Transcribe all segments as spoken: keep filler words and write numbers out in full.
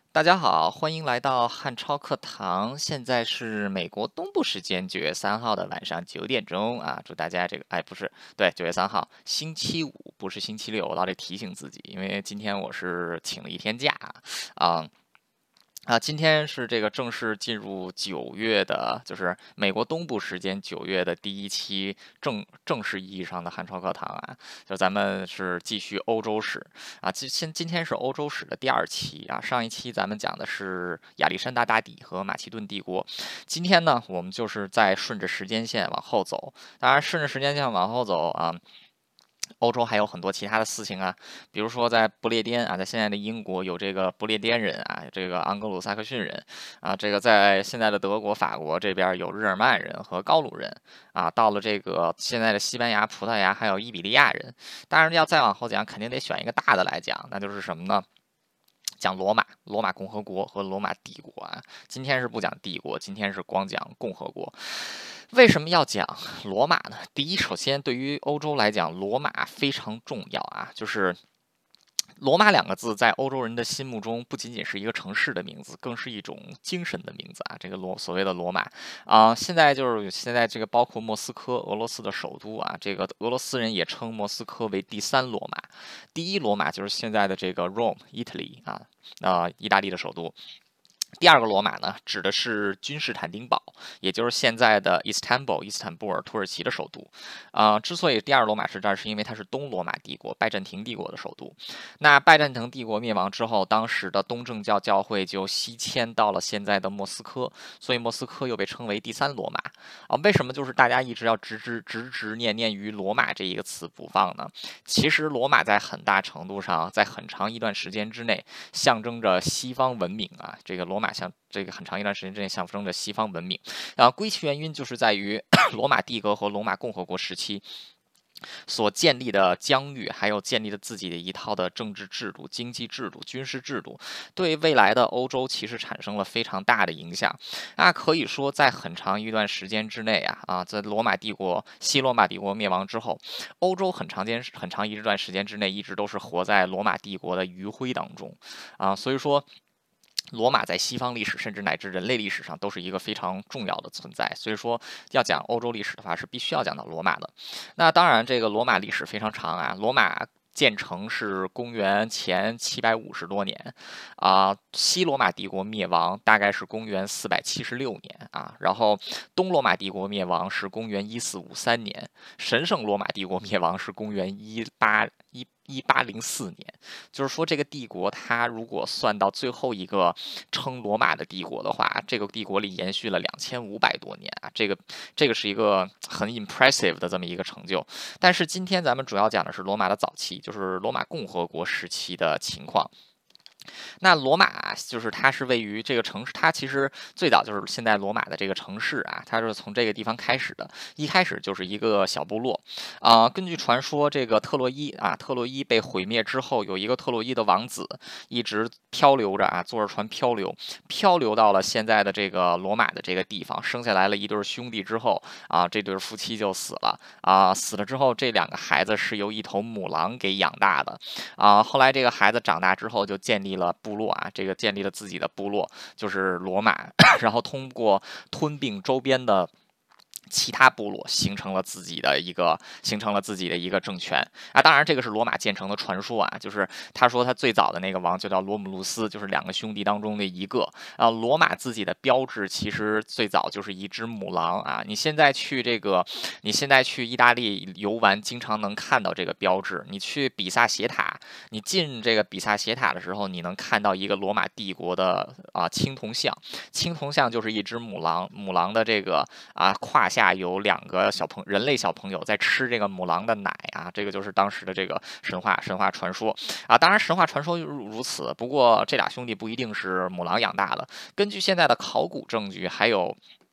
大家好，欢迎来到汉超课堂。现在是美国东部时间九月三号的晚上九点钟啊！祝大家这个，哎，不是，对，九月三号，星期五，不是星期六，我老得提醒自己，因为今天我是请了一天假啊。啊，今天是这个正式进入九月的，就是美国东部时间九月的第一期正正式意义上的汉超课堂啊，就咱们是继续欧洲史啊，今今今天是欧洲史的第二期啊，上一期咱们讲的是亚历山大大帝和马其顿帝国，今天呢，我们就是在顺着时间线往后走，当然顺着时间线往后走啊。欧洲还有很多其他的事情啊，比如说在不列颠啊，在现在的英国有这个不列颠人啊，这个盎格鲁撒克逊人啊，这个在现在的德国、法国这边有日耳曼人和高卢人啊，到了这个现在的西班牙、葡萄牙还有伊比利亚人。当然要再往后讲，肯定得选一个大的来讲，那就是什么呢？讲罗马、罗马共和国和罗马帝国啊。今天是不讲帝国，今天是光讲共和国。为什么要讲罗马呢？第一，首先对于欧洲来讲，罗马非常重要啊，就是罗马两个字在欧洲人的心目中不仅仅是一个城市的名字，更是一种精神的名字啊。这个罗所谓的罗马啊、呃，现在就是现在这个包括莫斯科，俄罗斯的首都啊，这个俄罗斯人也称莫斯科为第三罗马，第一罗马就是现在的这个 Rome，Italy 啊，啊、呃，意大利的首都。第二个罗马呢，指的是君士坦丁堡，也就是现在的伊斯坦布尔，伊斯坦布尔，土耳其的首都。啊、呃，之所以第二罗马是这儿，是因为它是东罗马帝国拜占庭帝国的首都。那拜占庭帝国灭亡之后，当时的东正教教会就西迁到了现在的莫斯科，所以莫斯科又被称为第三罗马。啊，为什么就是大家一直要直直直直念念于罗马这一个词不放呢？其实罗马在很大程度上，在很长一段时间之内，象征着西方文明啊。这个罗马像这个很长一段时间之内象征着西方文明。啊，归其原因就是在于罗马帝国和罗马共和国时期。所建立的疆域，还有建立的自己的一套的政治制度、经济制度、军事制度，对未来的欧洲其实产生了非常大的影响。那可以说，在很长一段时间之内啊啊，在罗马帝国、西罗马帝国灭亡之后，欧洲很长间很长一段时间之内一直都是活在罗马帝国的余晖当中啊，所以说。罗马在西方历史，甚至乃至人类历史上，都是一个非常重要的存在。所以说，要讲欧洲历史的话，是必须要讲到罗马的。那当然，这个罗马历史非常长啊，罗马。建成是公元前七百五十多年，啊，西罗马帝国灭亡大概是公元四百七十六年啊，然后东罗马帝国灭亡是公元一四五三年，神圣罗马帝国灭亡是公元一八一一八零四年，就是说这个帝国它如果算到最后一个称罗马的帝国的话，这个帝国里延续了两千五百多年啊，这个这个是一个很 impressive 的这么一个成就。但是今天咱们主要讲的是罗马的早期，就是罗马共和国时期的情况。那罗马就是它是位于这个城市，它其实最早就是现在罗马的这个城市啊，它是从这个地方开始的，一开始就是一个小部落啊、呃。根据传说，这个特洛伊啊，特洛伊被毁灭之后，有一个特洛伊的王子一直漂流着啊，坐着船漂流，漂流到了现在的这个罗马的这个地方，生下来了一对兄弟之后啊，这对夫妻就死了啊，死了之后，这两个孩子是由一头母狼给养大的啊。后来这个孩子长大之后，就建立了部落啊，这个建立了自己的部落，就是罗马，然后通过吞并周边的。其他部落形成了自己的一个形成了自己的一个政权啊，当然这个是罗马建成的传说啊，就是他说他最早的那个王就叫罗姆路斯，就是两个兄弟当中的一个啊。罗马自己的标志其实最早就是一只母狼啊，你现在去这个你现在去意大利游玩，经常能看到这个标志。你去比萨斜塔，你进这个比萨斜塔的时候，你能看到一个罗马帝国的啊青铜像，青铜像就是一只母狼，母狼的这个啊胯下。下有两个小朋人类小朋友在吃这个母狼的奶啊，这个就是当时的这个神话神话传说啊。当然神话传说如如此，不过这俩兄弟不一定是母狼养大的。根据现在的考古证据，还有。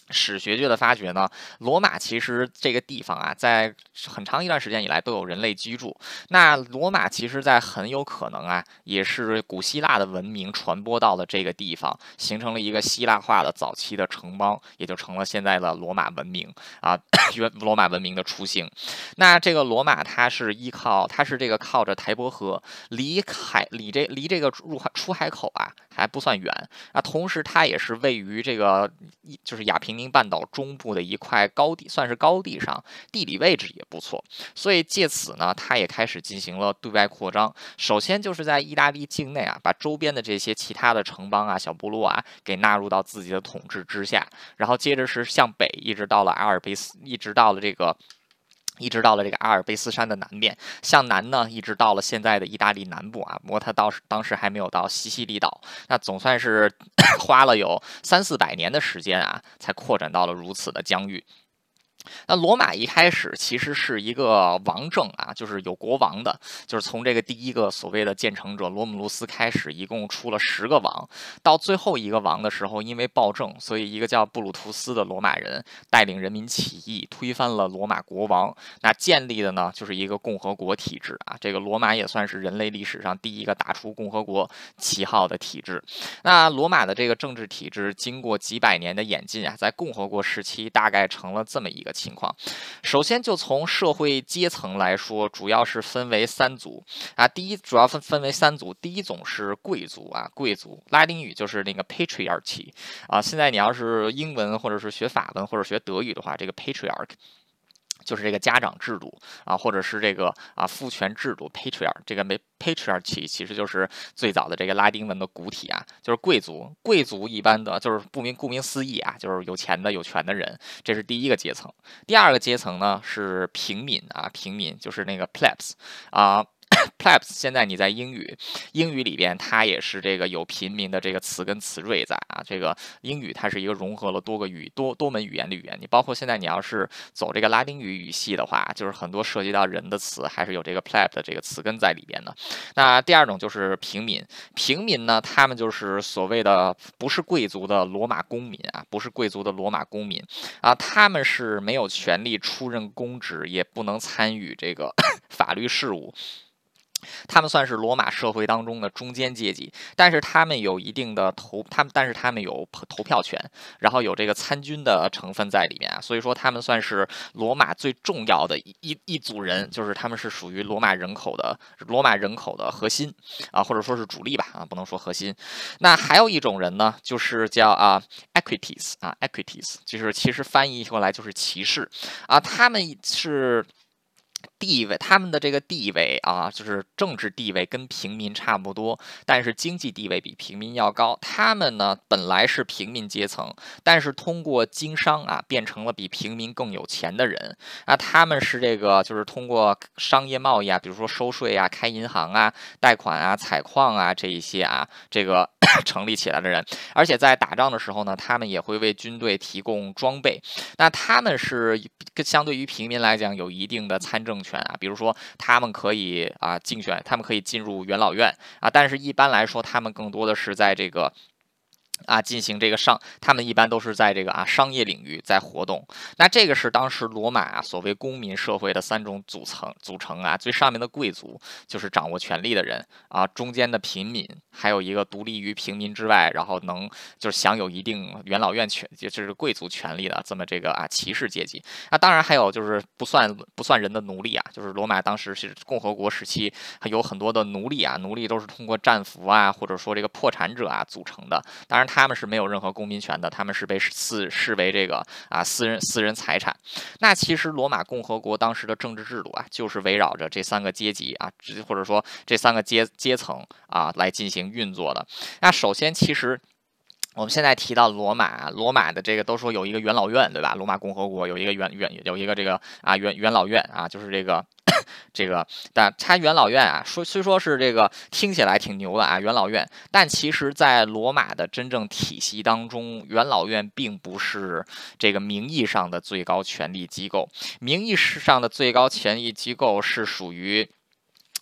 史学界的发掘呢，罗马其实这个地方啊，在很长一段时间以来都有人类居住。那罗马其实，在很有可能啊，也是古希腊的文明传播到了这个地方，形成了一个希腊化的早期的城邦，也就成了现在的罗马文明啊，原罗马文明的雏形。那这个罗马，它是依靠，它是这个靠着台伯河，离海离这离这个入海出海口啊还不算远啊，同时它也是位于这个就是亚平宁半岛中部的一块高地，算是高地上，地理位置也不错，所以借此呢，它也开始进行了对外扩张。首先就是在意大利境内啊，把周边的这些其他的城邦啊、小部落啊给纳入到自己的统治之下，然后接着是向北，一直到了阿尔卑斯，一直到了这个。一直到了这个阿尔卑斯山的南面，向南呢，一直到了现在的意大利南部啊。不过它倒是当时还没有到西西里岛，那总算是花了有三四百年的时间啊，才扩展到了如此的疆域。那罗马一开始其实是一个王政啊，就是有国王的，就是从这个第一个所谓的建成者罗姆路斯开始，一共出了十个王，到最后一个王的时候，因为暴政，所以一个叫布鲁图斯的罗马人带领人民起义，推翻了罗马国王，那建立的呢就是一个共和国体制啊。这个罗马也算是人类历史上第一个打出共和国旗号的体制。那罗马的这个政治体制经过几百年的演进啊，在共和国时期大概成了这么一个情况。首先就从社会阶层来说，主要是分为三组啊。第一，主要分分为三组，第一种是贵族啊，贵族，拉丁语就是那个 patriarchy 啊。现在你要是英文或者是学法文或者学德语的话，这个 patriarch。就是这个家长制度啊，或者是这个啊父权制度 patriarch， 这个没 patriarchy 其实就是最早的这个拉丁文的古体啊，就是贵族。贵族一般的就是不明顾名思义啊，就是有钱的有权的人，这是第一个阶层。第二个阶层呢是平民啊，平民就是那个 plebs 啊。plebs 现在你在英语英语里边，它也是这个有平民的这个词根词缀在啊。这个英语它是一个融合了多个语多多门语言的语言。你包括现在你要是走这个拉丁语语系的话，就是很多涉及到人的词，还是有这个 pleb 的这个词根在里边的。那第二种就是平民，平民呢，他们就是所谓的不是贵族的罗马公民啊，不是贵族的罗马公民啊，他们是没有权利出任公职，也不能参与这个法律事务。他们算是罗马社会当中的中间阶级，但是他们有一定的投，他们但是他们有投票权，然后有这个参军的成分在里面啊，所以说他们算是罗马最重要的一一一组人，就是他们是属于罗马人口的罗马人口的核心啊，或者说是主力吧啊，不能说核心。那还有一种人呢，就是叫啊 equities 啊 equities，就是其实翻译过来就是骑士啊，他们是。地位，他们的这个地位啊，就是政治地位跟平民差不多，但是经济地位比平民要高。他们呢，本来是平民阶层，但是通过经商啊，变成了比平民更有钱的人啊。他们是这个，就是通过商业贸易啊，比如说收税啊、开银行啊、贷款啊、采矿啊这一些啊，这个成立起来的人。而且在打仗的时候呢，他们也会为军队提供装备。那他们是相对于平民来讲有一定的参政权啊，比如说他们可以啊竞选，他们可以进入元老院啊，但是一般来说，他们更多的是在这个。啊，进行这个商，他们一般都是在这个啊商业领域在活动。那这个是当时罗马啊所谓公民社会的三种组成组成啊，最上面的贵族就是掌握权力的人啊，中间的平民，还有一个独立于平民之外，然后能就是享有一定元老院权，就是贵族权利的这么这个啊骑士阶级。那当然还有就是不算不算人的奴隶啊，就是罗马当时是共和国时期，还有很多的奴隶啊，奴隶都是通过战俘啊，或者说这个破产者啊组成的。当然。他们是没有任何公民权的，他们是被视视为这个啊私人私人财产。那其实罗马共和国当时的政治制度啊，就是围绕着这三个阶级啊，或者说这三个阶阶层啊来进行运作的。那首先，其实。我们现在提到罗马，罗马的这个都说有一个元老院，对吧？罗马共和国有一个元元有一个这个啊元元老院啊，就是这个这个，但它元老院啊，说虽说是这个听起来挺牛的啊，元老院，但其实在罗马的真正体系当中，元老院并不是这个名义上的最高权力机构，名义上的最高权力机构是属于。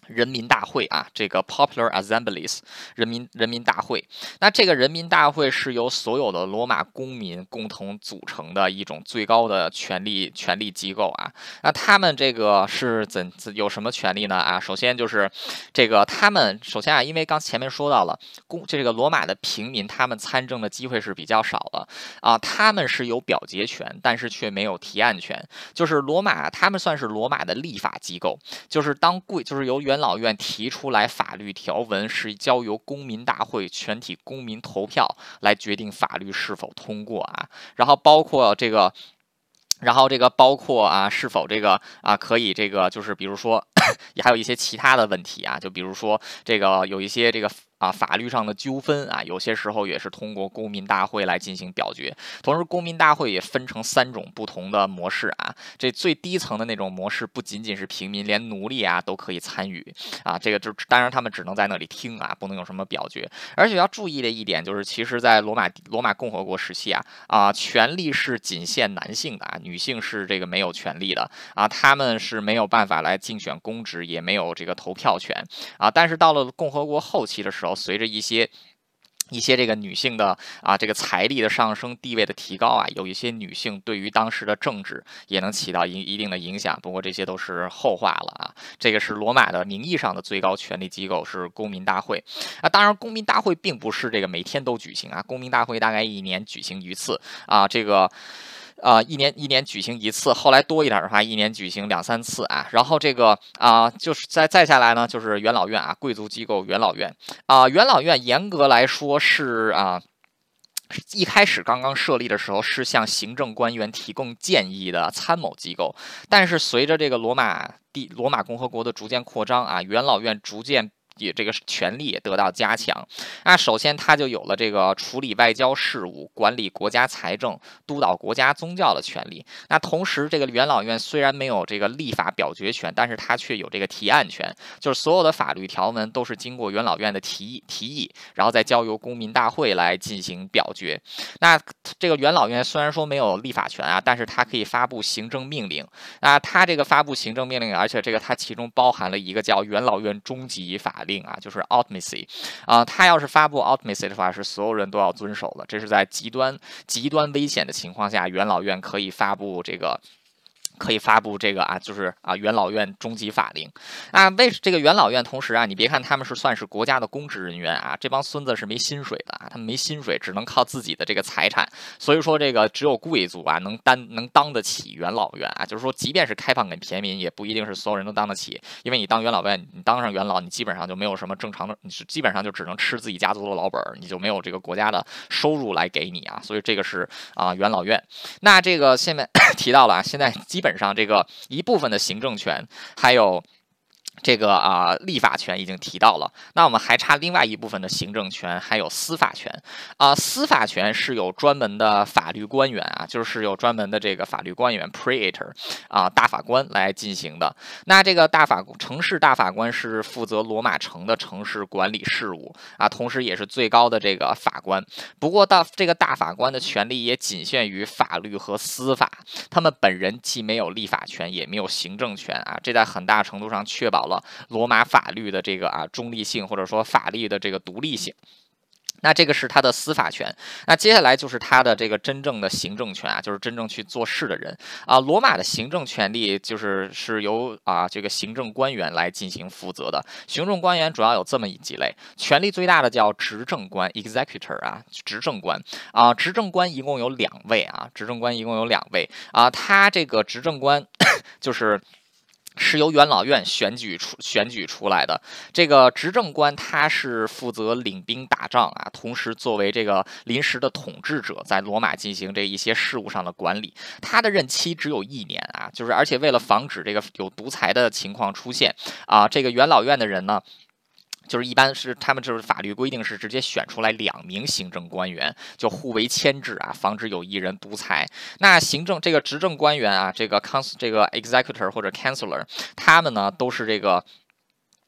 人民大会啊，这个 Popular Assemblies 人民人民大会，那这个人民大会是由所有的罗马公民共同组成的一种最高的权力权力机构啊。那他们这个是怎有什么权利呢？啊，首先就是这个他们首先啊，因为刚前面说到了公这个罗马的平民，他们参政的机会是比较少的啊，他们是有表决权，但是却没有提案权。就是罗马，他们算是罗马的立法机构，就是当贵就是由元老院提出来法律条文，是交由公民大会全体公民投票来决定法律是否通过啊。然后包括这个。然后这个包括啊，是否这个啊可以这个就是比如说，也还有一些其他的问题啊，就比如说这个有一些这个啊法律上的纠纷啊，有些时候也是通过公民大会来进行表决。同时，公民大会也分成三种不同的模式啊，这最低层的那种模式不仅仅是平民，连奴隶啊都可以参与啊，这个就当然他们只能在那里听啊，不能有什么表决。而且要注意的一点就是，其实，在罗马罗马共和国时期啊啊，权力是仅限男性的啊。女性是这个没有权利的啊，他们是没有办法来竞选公职，也没有这个投票权啊。但是到了共和国后期的时候，随着一些一些这个女性的啊，这个财力的上升，地位的提高啊，有一些女性对于当时的政治也能起到一一定的影响。不过这些都是后话了啊。这个是罗马的名义上的最高权力机构是公民大会啊。当然，公民大会并不是这个每天都举行啊，公民大会大概一年举行一次啊，这个。呃，一年一年举行一次，后来多一点的话，一年举行两三次啊。然后这个啊、呃，就是再再下来呢，就是元老院啊，贵族机构元老院啊、呃，元老院严格来说是啊。一开始刚刚设立的时候是向行政官员提供建议的参谋机构，但是随着这个罗马帝罗马共和国的逐渐扩张啊，元老院逐渐。也这个权力也得到加强。那首先，他就有了这个处理外交事务、管理国家财政、督导国家宗教的权利。那同时，这个元老院虽然没有这个立法表决权，但是他却有这个提案权，就是所有的法律条文都是经过元老院的提议提议，然后再交由公民大会来进行表决。那这个元老院虽然说没有立法权啊，但是它可以发布行政命令。那它这个发布行政命令，而且这个它其中包含了一个叫元老院终极法令啊，就是 Ultimacy 啊，他要是发布 Ultimacy 的话，是所有人都要遵守的。这是在极端极端危险的情况下，元老院可以发布这个。可以发布这个啊，就是啊元老院终极法令啊。为这个元老院，同时啊，你别看他们是算是国家的公职人员啊，这帮孙子是没薪水的啊，他们没薪水，只能靠自己的这个财产。所以说，这个只有贵族啊能担能当得起元老院啊，就是说，即便是开放给平民，也不一定是所有人都当得起，因为你当元老院，你当上元老，你基本上就没有什么正常的，你是基本上就只能吃自己家族的老本，你就没有这个国家的收入来给你啊。所以这个是啊元老院。那这个现在提到了啊，现在基本。基本上，这个一部分的行政权，还有这个啊、呃、立法权已经提到了，那我们还差另外一部分的行政权，还有司法权啊、呃。司法权是有专门的法律官员啊，就是有专门的这个法律官员 （praetor） 啊，大法官来进行的。那这个大法城市大法官是负责罗马城的城市管理事务啊，同时也是最高的这个法官。不过，到这个大法官的权力也仅限于法律和司法，他们本人既没有立法权，也没有行政权啊，这在很大程度上确保了罗马法律的这个啊中立性，或者说法律的这个独立性。那这个是他的司法权，那接下来就是他的这个真正的行政权啊，就是真正去做事的人啊。罗马的行政权力就是是由啊这个行政官员来进行负责的。行政官员主要有这么几类，权力最大的叫执政官 （executor） 啊，执政官啊，执政官一共有两位啊，执政官一共有两位啊，他这个执政官就是。是由元老院选举出选举出来的。这个执政官他是负责领兵打仗啊，同时作为这个临时的统治者，在罗马进行这一些事务上的管理。他的任期只有一年啊，就是而且为了防止这个有独裁的情况出现啊，这个元老院的人呢。就是一般是他们就是法律规定是直接选出来两名行政官员，就互为牵制啊，防止有一人独裁。那行政这个执政官员啊，这个 cons 这个 executor 或者 counselor， 他们呢都是这个。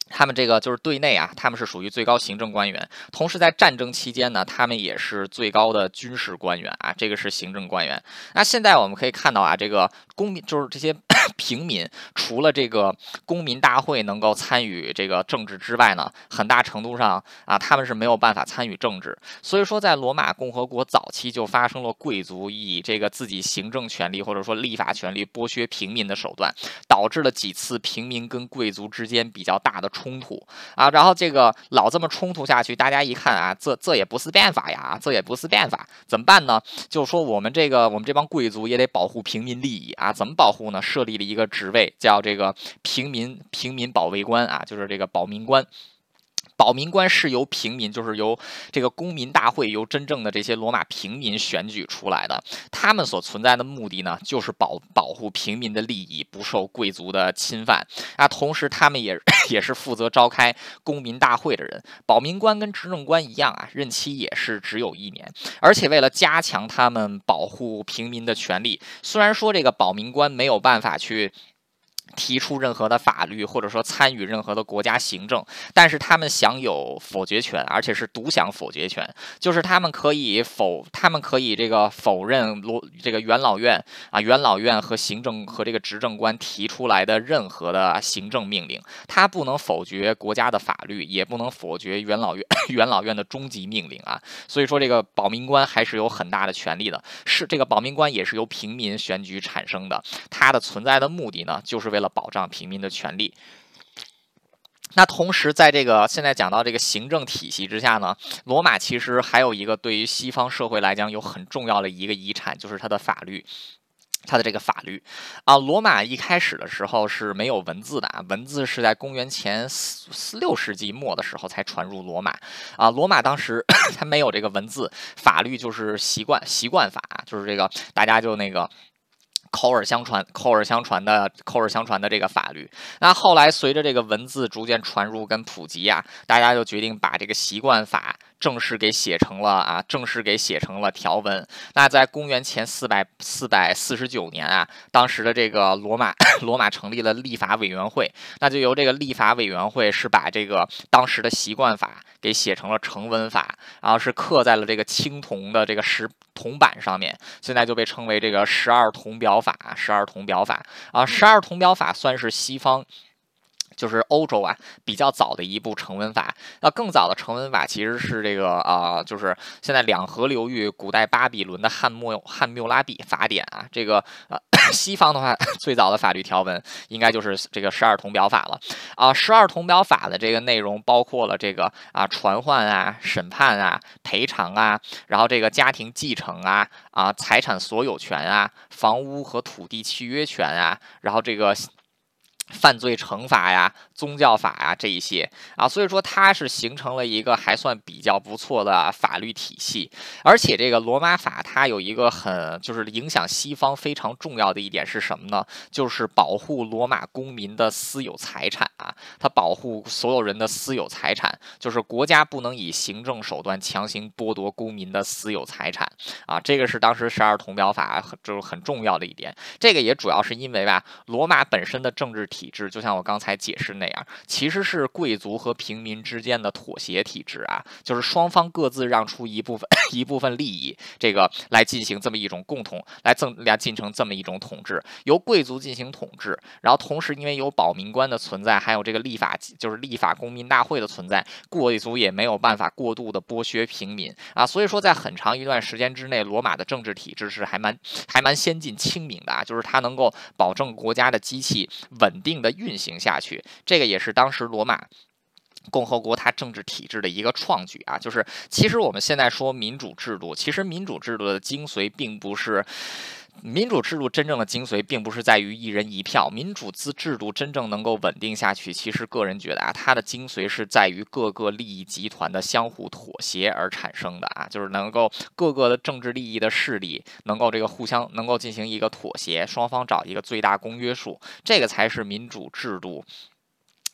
他们这个就是对内啊，他们是属于最高行政官员，同时在战争期间呢，他们也是最高的军事官员啊，这个是行政官员。那现在我们可以看到啊，这个公民就是这些平民，除了这个公民大会能够参与这个政治之外呢，很大程度上啊，他们是没有办法参与政治。所以说，在罗马共和国早期就发生了贵族以这个自己行政权力或者说立法权力剥削平民的手段，导致了几次平民跟贵族之间比较大的冲突啊。然后这个老这么冲突下去，大家一看啊，这这也不是办法呀，这也不是办法，怎么办呢？就是说我们这个我们这帮贵族也得保护平民利益啊，怎么保护呢？设立了一个职位叫这个平民平民保卫官啊，就是这个保民官。保民官是由平民，就是由这个公民大会，由真正的这些罗马平民选举出来的。他们所存在的目的呢，就是保保护平民的利益不受贵族的侵犯啊。同时，他们也也是负责召开公民大会的人。保民官跟执政官一样啊，任期也是只有一年。而且为了加强他们保护平民的权利，虽然说这个保民官没有办法去提出任何的法律，或者说参与任何的国家行政，但是他们享有否决权，而且是独享否决权，就是他们可以否，他们可以这个否认罗这个元老院啊，元老院和行政和这个执政官提出来的任何的行政命令，他不能否决国家的法律，也不能否决元老院元老院的终极命令啊。所以说，这个保民官还是有很大的权力的，是这个保民官也是由平民选举产生的，它的存在的目的呢，就是为了保障平民的权利。那同时，在这个现在讲到这个行政体系之下呢，罗马其实还有一个对于西方社会来讲有很重要的一个遗产，就是它的法律。它的这个法律啊，罗马一开始的时候是没有文字的啊，文字是在公元前四四六世纪末的时候才传入罗马啊。罗马当时它没有这个文字，法律就是习惯习惯法，就是这个大家就那个。口耳相传、口耳相传的、口耳相传的这个法律，那后来随着这个文字逐渐传入跟普及啊，大家就决定把这个习惯法正式给写成了啊，正式给写成了条文。那在公元前四百四百四十九年啊，当时的这个罗马罗马成立了立法委员会，那就由这个立法委员会是把这个当时的习惯法给写成了成文法，然后是刻在了这个青铜的这个石铜板上面，现在就被称为这个十二铜表法。十二铜表法啊，十二铜表法算是西方。就是欧洲啊比较早的一部成文法，那更早的成文法其实是这个啊、呃，就是现在两河流域古代巴比伦的汉谟汉谟拉比法典啊，这个呃西方的话最早的法律条文应该就是这个十二铜表法了啊。十二铜表法的这个内容包括了这个啊传唤啊、审判啊、赔偿啊，然后这个家庭继承啊啊、财产所有权啊、房屋和土地契约权啊，然后这个。犯罪惩罚呀、宗教法呀这一些啊，所以说它是形成了一个还算比较不错的法律体系。而且这个罗马法它有一个很就是影响西方非常重要的一点是什么呢？就是保护罗马公民的私有财产啊，它保护所有人的私有财产，就是国家不能以行政手段强行剥夺公民的私有财产啊。这个是当时十二铜表法很就是很重要的一点。这个也主要是因为吧，罗马本身的政治体体制就像我刚才解释那样，其实是贵族和平民之间的妥协体制啊，就是双方各自让出一部分一部分利益，这个来进行这么一种共同来增来进行这么一种统治，由贵族进行统治，然后同时因为有保民官的存在，还有这个立法就是立法公民大会的存在，贵族也没有办法过度的剥削平民啊，所以说在很长一段时间之内，罗马的政治体制是还蛮还蛮先进清明的啊，就是它能够保证国家的机器稳定的运行下去，这个也是当时罗马共和国它政治体制的一个创举啊。就是其实我们现在说民主制度，其实民主制度的精髓并不是。民主制度真正的精髓并不是在于一人一票，民主制制度真正能够稳定下去，其实个人觉得啊，它的精髓是在于各个利益集团的相互妥协而产生的啊，就是能够各个的政治利益的势力能够这个互相能够进行一个妥协，双方找一个最大公约数，这个才是民主制度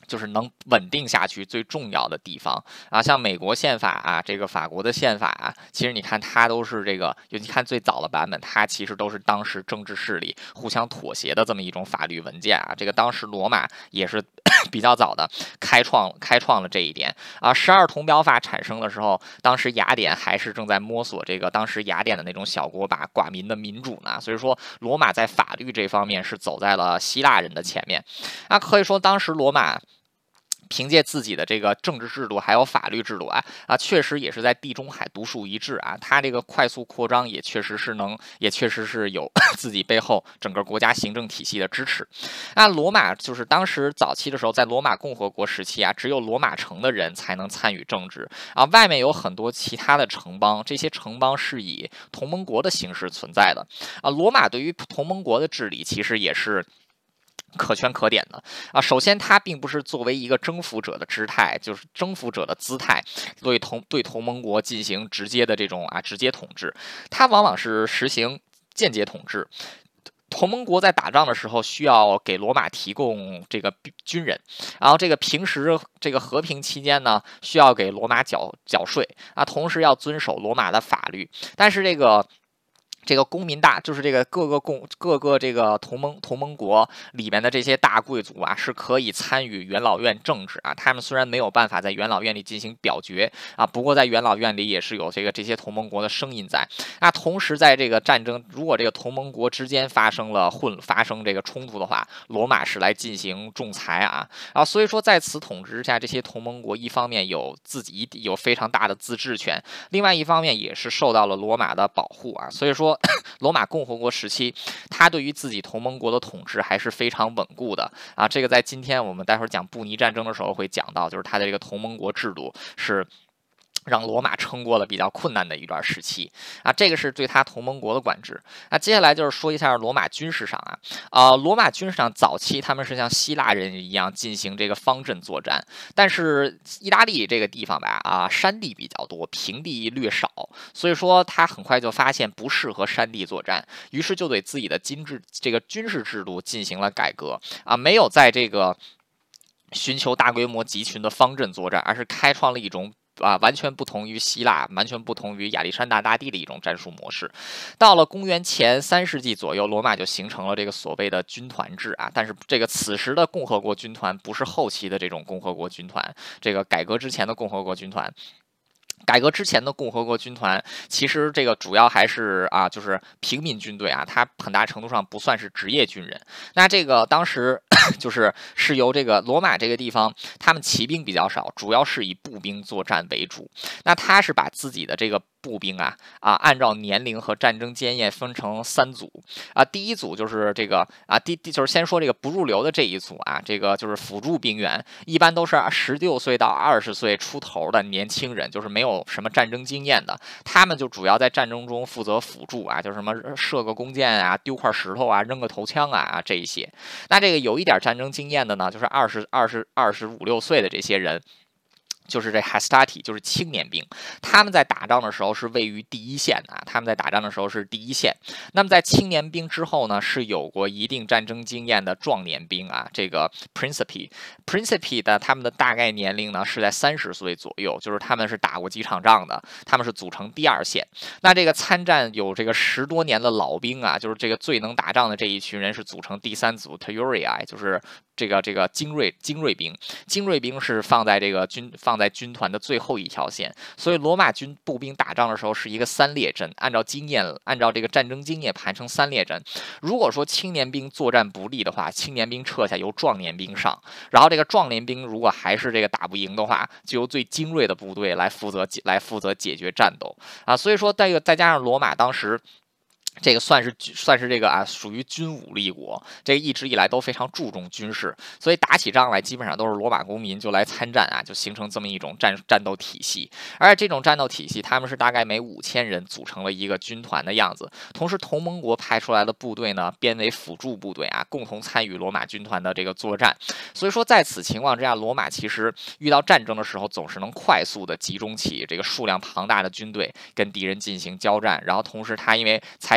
就是能稳定下去最重要的地方啊，像美国宪法啊，这个法国的宪法啊，其实你看它都是这个，尤其看最早的版本，它其实都是当时政治势力互相妥协的这么一种法律文件啊。这个当时罗马也是比较早的开创开创了这一点啊。十二铜表法产生的时候，当时雅典还是正在摸索这个当时雅典的那种小国把寡民的民主呢，所以说罗马在法律这方面是走在了希腊人的前面。那可以说当时罗马凭借自己的这个政治制度还有法律制度啊啊，确实也是在地中海独树一帜啊。它这个快速扩张也确实是能，也确实是有自己背后整个国家行政体系的支持。那罗马就是当时早期的时候，在罗马共和国时期啊，只有罗马城的人才能参与政治啊，外面有很多其他的城邦，这些城邦是以同盟国的形式存在的啊。罗马对于同盟国的治理其实也是可圈可点的啊。首先，它并不是作为一个征服者的姿态，就是征服者的姿态，对同对同盟国进行直接的这种啊直接统治，它往往是实行间接统治。同盟国在打仗的时候需要给罗马提供这个军人，然后这个平时这个和平期间呢，需要给罗马缴缴税啊，同时要遵守罗马的法律。但是这个这个公民大就是这个各个共各个这个同盟同盟国里面的这些大贵族啊，是可以参与元老院政治啊。他们虽然没有办法在元老院里进行表决啊，不过在元老院里也是有这个这些同盟国的声音在。那同时在这个战争，如果这个同盟国之间发生了混发生这个冲突的话，罗马是来进行仲裁啊啊。所以说在此统治之下，这些同盟国一方面有自己有非常大的自治权，另外一方面也是受到了罗马的保护啊。所以说。罗马共和国时期，他对于自己同盟国的统治还是非常稳固的啊。这个在今天我们待会儿讲布尼战争的时候会讲到，就是他的这个同盟国制度是让罗马撑过了比较困难的一段时期啊。这个是对他同盟国的管制。那接下来就是说一下罗马军事上啊，呃，罗马军事上早期他们是像希腊人一样进行这个方阵作战，但是意大利这个地方吧啊，山地比较多，平地略少，所以说他很快就发现不适合山地作战，于是就对自己的军制这个军事制度进行了改革啊，没有在这个寻求大规模集群的方阵作战，而是开创了一种。啊，完全不同于希腊，完全不同于亚历山大大帝的一种战术模式。到了公元前三世纪左右，罗马就形成了这个所谓的军团制啊。但是这个此时的共和国军团不是后期的这种共和国军团，这个改革之前的共和国军团。改革之前的共和国军团，其实这个主要还是啊，就是平民军队啊，它很大程度上不算是职业军人。那这个当时就是是由这个罗马这个地方，他们骑兵比较少，主要是以步兵作战为主。那他是把自己的这个步兵啊啊，按照年龄和战争经验分成三组啊。第一组就是这个啊，第第就是先说这个不入流的这一组啊，这个就是辅助兵员，一般都是十六岁到二十岁出头的年轻人，就是没有什么战争经验的，他们就主要在战争中负责辅助啊，就是什么射个弓箭啊，丢块石头啊，扔个头枪啊这一些。那这个有一点战争经验的呢，就是二十二十二十五六岁的这些人。就是这 hastati， 就是青年兵，他们在打仗的时候是位于第一线的啊，他们在打仗的时候是第一线。那么在青年兵之后呢，是有过一定战争经验的壮年兵啊，这个 principi，principi 的他们的大概年龄呢是在三十岁左右，就是他们是打过几场仗的，他们是组成第二线。那这个参战有这个十多年的老兵啊，就是这个最能打仗的这一群人是组成第三组 taurii， 就是这个这个精锐精锐兵，精锐兵是放在这个军放在军团的最后一条线，所以罗马军步兵打仗的时候是一个三列阵，按照经验按照这个战争经验排成三列阵。如果说青年兵作战不利的话，青年兵撤下由壮年兵上，然后这个壮年兵如果还是这个打不赢的话，就由最精锐的部队来负责来负责解决战斗啊。所以说这个再加上罗马当时。这个算是算是这个啊，属于军武立国，这个一直以来都非常注重军事，所以打起仗来基本上都是罗马公民就来参战啊，就形成这么一种战战斗体系。而且这种战斗体系，他们是大概每五千人组成了一个军团的样子。同时，同盟国派出来的部队呢，编为辅助部队啊，共同参与罗马军团的这个作战。所以说，在此情况之下，罗马其实遇到战争的时候，总是能快速的集中起这个数量庞大的军队跟敌人进行交战。然后同时，他因为采取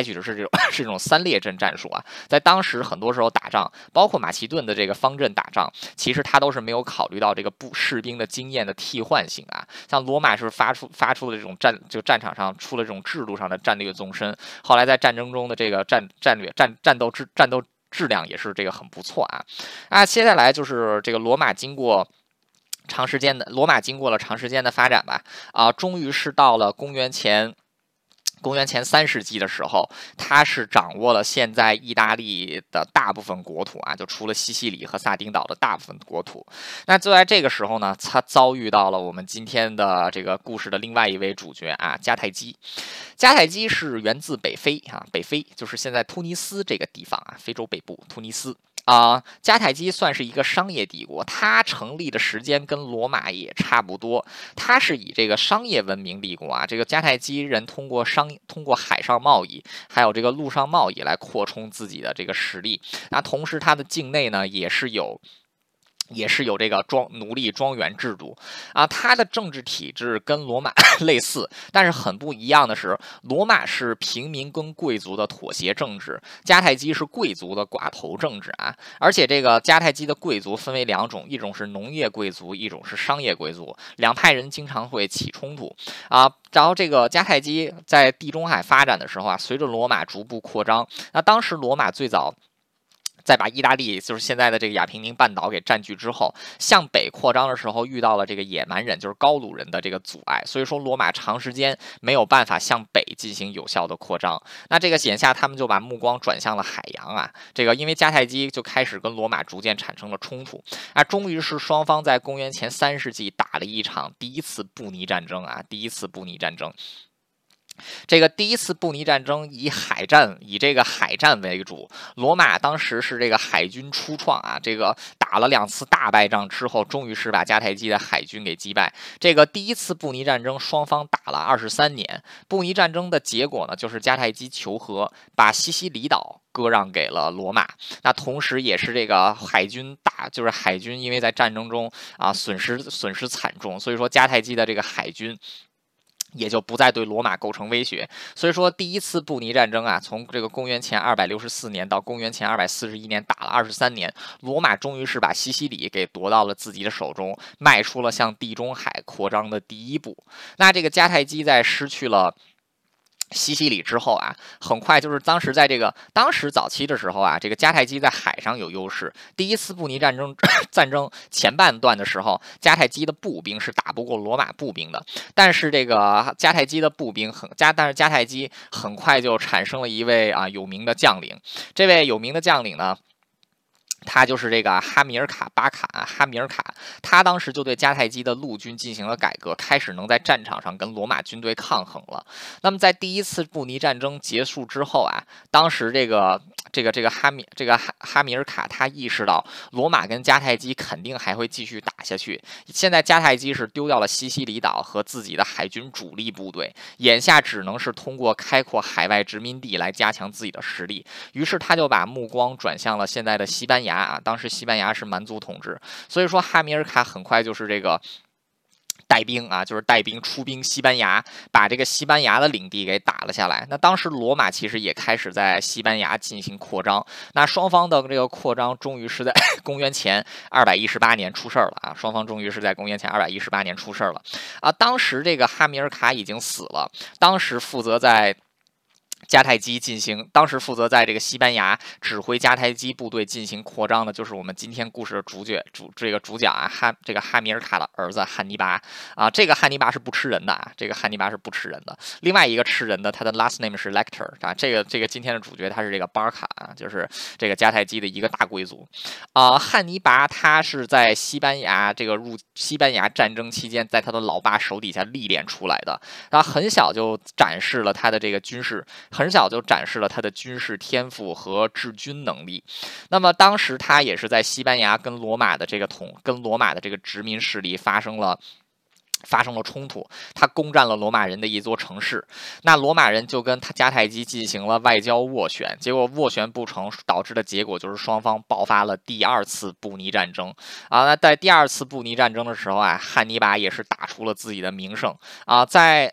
取的是这种是这种三列阵战术啊。在当时很多时候打仗，包括马其顿的这个方阵打仗，其实他都是没有考虑到这个步士兵的经验的替换性啊。像罗马是发出发出了这种战就战场上出了这种制度上的战略纵深，后来在战争中的这个战战略战战斗质战斗质量也是这个很不错啊啊。接下来就是这个罗马经过。长时间的罗马经过了长时间的发展吧，啊，终于是到了公元前。公元前三世纪的时候，他是掌握了现在意大利的大部分国土啊，就除了西西里和萨丁岛的大部分国土。那就在这个时候呢，他遭遇到了我们今天的这个故事的另外一位主角啊，迦太基。迦太基是源自北非啊，北非就是现在突尼斯这个地方啊，非洲北部突尼斯。啊、呃，迦太基算是一个商业帝国，它成立的时间跟罗马也差不多。它是以这个商业文明立国啊，这个迦太基人通过商通过海上贸易，还有这个陆上贸易来扩充自己的这个实力。那同时，它的境内呢也是有。也是有这个庄奴隶庄园制度啊，它的政治体制跟罗马类似，但是很不一样的是，罗马是平民跟贵族的妥协政治，迦太基是贵族的寡头政治啊。而且这个迦太基的贵族分为两种，一种是农业贵族，一种是商业贵族，两派人经常会起冲突啊。然后这个迦太基在地中海发展的时候啊，随着罗马逐步扩张，那当时罗马最早。在把意大利，就是现在的这个亚平宁半岛给占据之后，向北扩张的时候遇到了这个野蛮人，就是高卢人的这个阻碍，所以说罗马长时间没有办法向北进行有效的扩张。那这个眼下他们就把目光转向了海洋啊，这个因为迦太基就开始跟罗马逐渐产生了冲突啊，终于是双方在公元前三世纪打了一场第一次布匿战争啊，第一次布匿战争。这个第一次布匿战争以海战以这个海战为主，罗马当时是这个海军初创啊，这个打了两次大败仗之后，终于是把迦太基的海军给击败。这个第一次布匿战争双方打了二十三年，布匿战争的结果呢，就是迦太基求和，把西西里岛割让给了罗马。那同时也是这个海军大，就是海军因为在战争中啊损失损失惨重，所以说迦太基的这个海军。也就不再对罗马构成威胁，所以说第一次布匿战争啊，从这个公元前二百六十四年到公元前二百四十一年，打了二十三年，罗马终于是把西西里给夺到了自己的手中，迈出了向地中海扩张的第一步。那这个迦太基在失去了。西西里之后啊，很快就是当时在这个当时早期的时候啊，这个迦太基在海上有优势。第一次布匿战争战争前半段的时候，迦太基的步兵是打不过罗马步兵的，但是这个迦太基的步兵很加，但是迦太基很快就产生了一位啊有名的将领。这位有名的将领呢。他就是这个哈米尔卡巴卡，哈米尔卡，他当时就对迦太基的陆军进行了改革，开始能在战场上跟罗马军队抗衡了。那么在第一次布匿战争结束之后啊，当时这个这个这个哈米这个哈哈米尔卡他意识到罗马跟迦太基肯定还会继续打下去。现在迦太基是丢掉了西西里岛和自己的海军主力部队，眼下只能是通过开阔海外殖民地来加强自己的实力。于是他就把目光转向了现在的西班牙。啊，当时西班牙是蛮族统治，所以说哈米尔卡很快就是这个带兵啊，就是带兵出兵西班牙，把这个西班牙的领地给打了下来。那当时罗马其实也开始在西班牙进行扩张，那双方的这个扩张终于是在公元前二百一十八年出事儿了啊！双方终于是在公元前二百一十八年出事儿了啊！当时这个哈米尔卡已经死了，当时负责在。迦太基进行，当时负责在这个西班牙指挥迦太基部队进行扩张的，就是我们今天故事的主角主这个主角啊，哈这个哈米尔卡的儿子汉尼拔啊，这个汉尼拔是不吃人的啊，这个汉尼拔是不吃人的。另外一个吃人的，他的 last name 是 Lecter 啊，这个这个今天的主角他是这个巴尔卡啊，就是这个迦太基的一个大贵族啊。汉尼拔他是在西班牙这个入西班牙战争期间，在他的老爸手底下历练出来的，他很小就展示了他的这个军事。很小就展示了他的军事天赋和治军能力。那么当时他也是在西班牙跟罗马的这个统跟罗马的这个殖民势力发生了。发生了冲突，他攻占了罗马人的一座城市，那罗马人就跟他迦太基进行了外交斡旋，结果斡旋不成，导致的结果就是双方爆发了第二次布匿战争啊。那在第二次布匿战争的时候啊，汉尼拔也是打出了自己的名声啊，在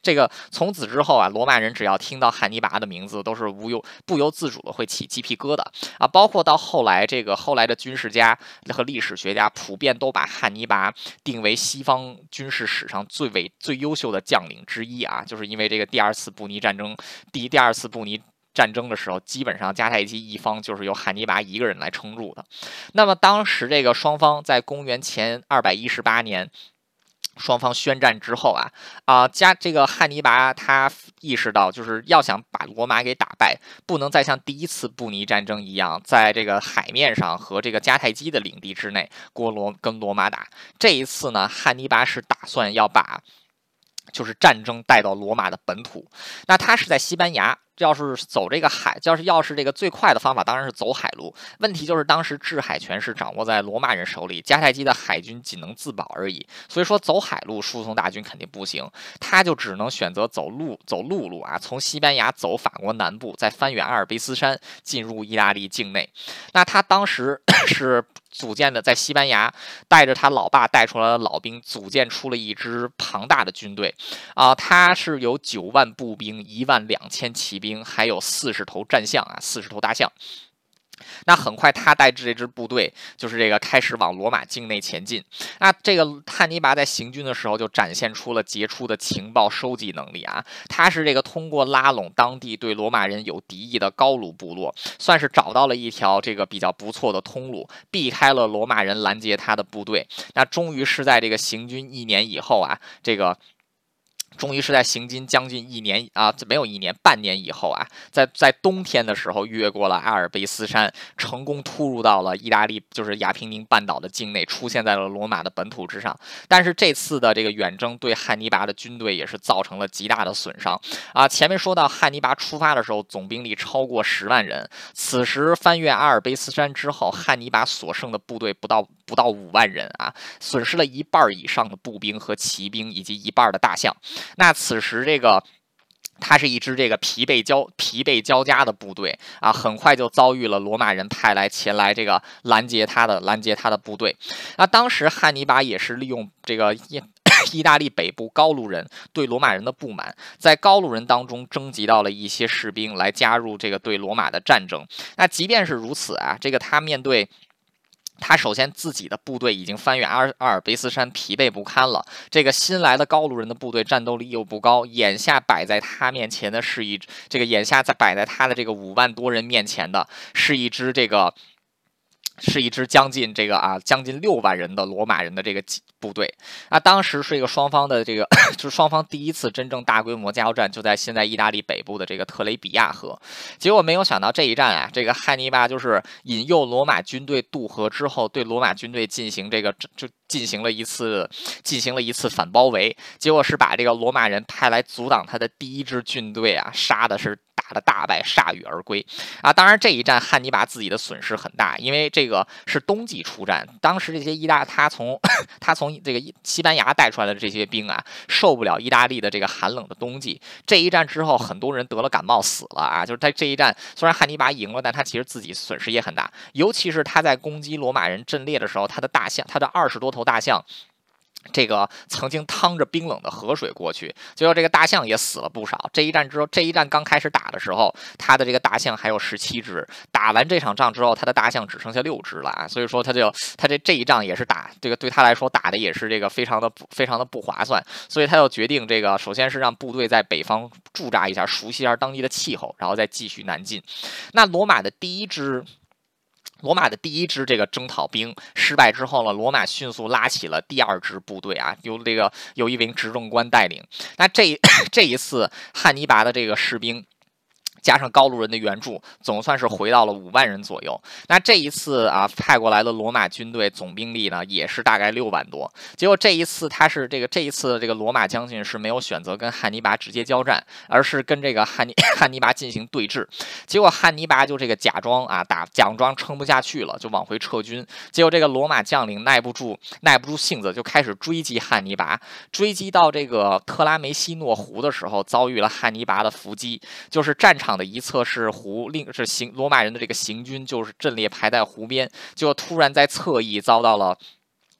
这个从此之后啊，罗马人只要听到汉尼拔的名字，都是无由不由自主的会起鸡皮疙瘩啊。包括到后来，这个后来的军事家和历史学家普遍都把汉尼拔定为西方军事史上最为最优秀的将领之一啊，就是因为这个第二次布匿战争，第第二次布匿战争的时候，基本上迦太基一方就是由汉尼拔一个人来撑住的。那么当时这个双方在公元前二百一十八年。双方宣战之后啊啊，加这个汉尼拔他意识到，就是要想把罗马给打败，不能再像第一次布匿战争一样，在这个海面上和这个迦太基的领地之内过罗跟罗马打。这一次呢，汉尼拔是打算要把就是战争带到罗马的本土。那他是在西班牙。要是走这个海，要是要是这个最快的方法，当然是走海路。问题就是当时制海权是掌握在罗马人手里，迦太基的海军仅能自保而已。所以说走海路输送大军肯定不行，他就只能选择走陆走陆路啊，从西班牙走法国南部，再翻越阿尔卑斯山进入意大利境内。那他当时是组建的，在西班牙带着他老爸带出来的老兵，组建出了一支庞大的军队啊、呃，他是有九万步兵，一万两千骑兵。还有四十头战象啊，四十头大象。那很快，他带着这支部队，就是这个开始往罗马境内前进。那这个汉尼拔在行军的时候，就展现出了杰出的情报收集能力啊。他是这个通过拉拢当地对罗马人有敌意的高卢部落，算是找到了一条这个比较不错的通路，避开了罗马人拦截他的部队。那终于是在这个行军一年以后啊，这个。终于是在行军将近一年啊，没有一年，半年以后啊，在在冬天的时候越过了阿尔卑斯山，成功突入到了意大利，就是亚平宁半岛的境内，出现在了罗马的本土之上。但是这次的这个远征对汉尼拔的军队也是造成了极大的损伤啊。前面说到汉尼拔出发的时候，总兵力超过十万人，此时翻越阿尔卑斯山之后，汉尼拔所剩的部队不到不到五万人啊，损失了一半以上的步兵和骑兵，以及一半的大象。那此时这个。它是一支这个疲惫交疲惫交加的部队啊，很快就遭遇了罗马人派来前来这个拦截他的拦截他的部队。那当时汉尼拔也是利用这个意意大利北部高卢人对罗马人的不满，在高卢人当中征集到了一些士兵来加入这个对罗马的战争。那即便是如此啊，这个他面对。他首先自己的部队已经翻越阿尔阿尔卑斯山，疲惫不堪了。这个新来的高卢人的部队战斗力又不高，眼下摆在他面前的是一这个眼下在摆在他的这个五万多人面前的是一支这个。是一支将近这个啊将近六万人的罗马人的这个部队啊，当时是一个双方的这个就是双方第一次真正大规模加油战，就在现在意大利北部的这个特雷比亚河。结果没有想到这一战啊，这个汉尼拔就是引诱罗马军队渡河之后，对罗马军队进行这个就进行了一次进行了一次反包围，结果是把这个罗马人派来阻挡他的第一支军队啊杀的是。打的大败，铩羽而归啊！当然，这一战汉尼拔自己的损失很大，因为这个是冬季出战，当时这些意大他从他从这个西班牙带出来的这些兵啊，受不了意大利的这个寒冷的冬季。这一战之后，很多人得了感冒死了啊！就是在这一战，虽然汉尼拔赢了，但他其实自己损失也很大，尤其是他在攻击罗马人阵列的时候，他的大象，他的二十多头大象。这个曾经趟着冰冷的河水过去，最后这个大象也死了不少。这一战之后，这一战刚开始打的时候，他的这个大象还有十七只。打完这场仗之后，他的大象只剩下六只了啊！所以说，他就他这这一仗也是打这个对他来说打的也是这个非常的非常的不划算。所以他就决定这个，首先是让部队在北方驻扎一下，熟悉一下当地的气候，然后再继续南进。那罗马的第一支。罗马的第一支这个征讨兵失败之后呢，罗马迅速拉起了第二支部队啊，由这个由一名执政官带领。那这这一次汉尼拔的这个士兵。加上高卢人的援助，总算是回到了五万人左右。那这一次啊，派过来的罗马军队总兵力呢，也是大概六万多。结果这一次他是这个这一次这个罗马将军是没有选择跟汉尼拔直接交战，而是跟这个汉尼汉尼拔进行对峙。结果汉尼拔就这个假装啊打假装撑不下去了，就往回撤军。结果这个罗马将领耐不住耐不住性子，就开始追击汉尼拔。追击到这个特拉梅西诺湖的时候，遭遇了汉尼拔的伏击，就是战场。的一侧是湖，另是行罗马人的这个行军，就是阵列排在湖边，结果突然在侧翼遭到了。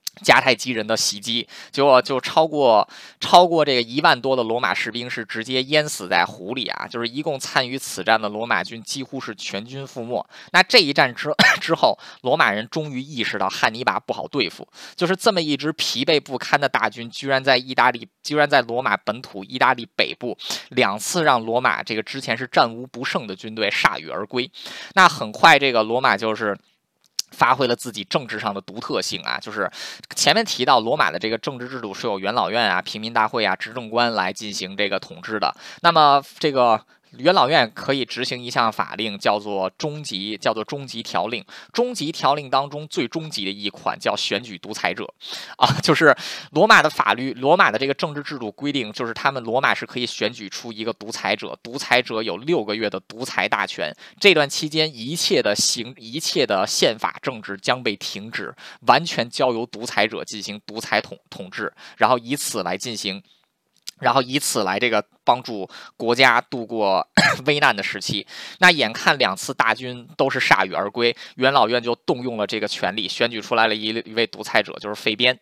迦太基人的袭击，结果就超过超过这个一万多的罗马士兵是直接淹死在湖里啊！就是一共参与此战的罗马军几乎是全军覆没。那这一战之之后，罗马人终于意识到汉尼拔不好对付，就是这么一支疲惫不堪的大军，居然在意大利，居然在罗马本土意大利北部两次让罗马这个之前是战无不胜的军队铩羽而归。那很快，这个罗马就是发挥了自己政治上的独特性啊，就是前面提到罗马的这个政治制度是由元老院啊、平民大会啊、执政官来进行这个统治的。那么这个元老院可以执行一项法令，叫做终极，叫做终极条令。终极条令当中最终极的一款叫选举独裁者，啊，就是罗马的法律，罗马的这个政治制度规定，就是他们罗马是可以选举出一个独裁者，独裁者有六个月的独裁大权。这段期间，一切的行，一切的宪法政治将被停止，完全交由独裁者进行独裁统统治，然后以此来进行。然后以此来这个帮助国家度过危难的时期。那眼看两次大军都是铩羽而归，元老院就动用了这个权力，选举出来了一一位独裁者，就是费边。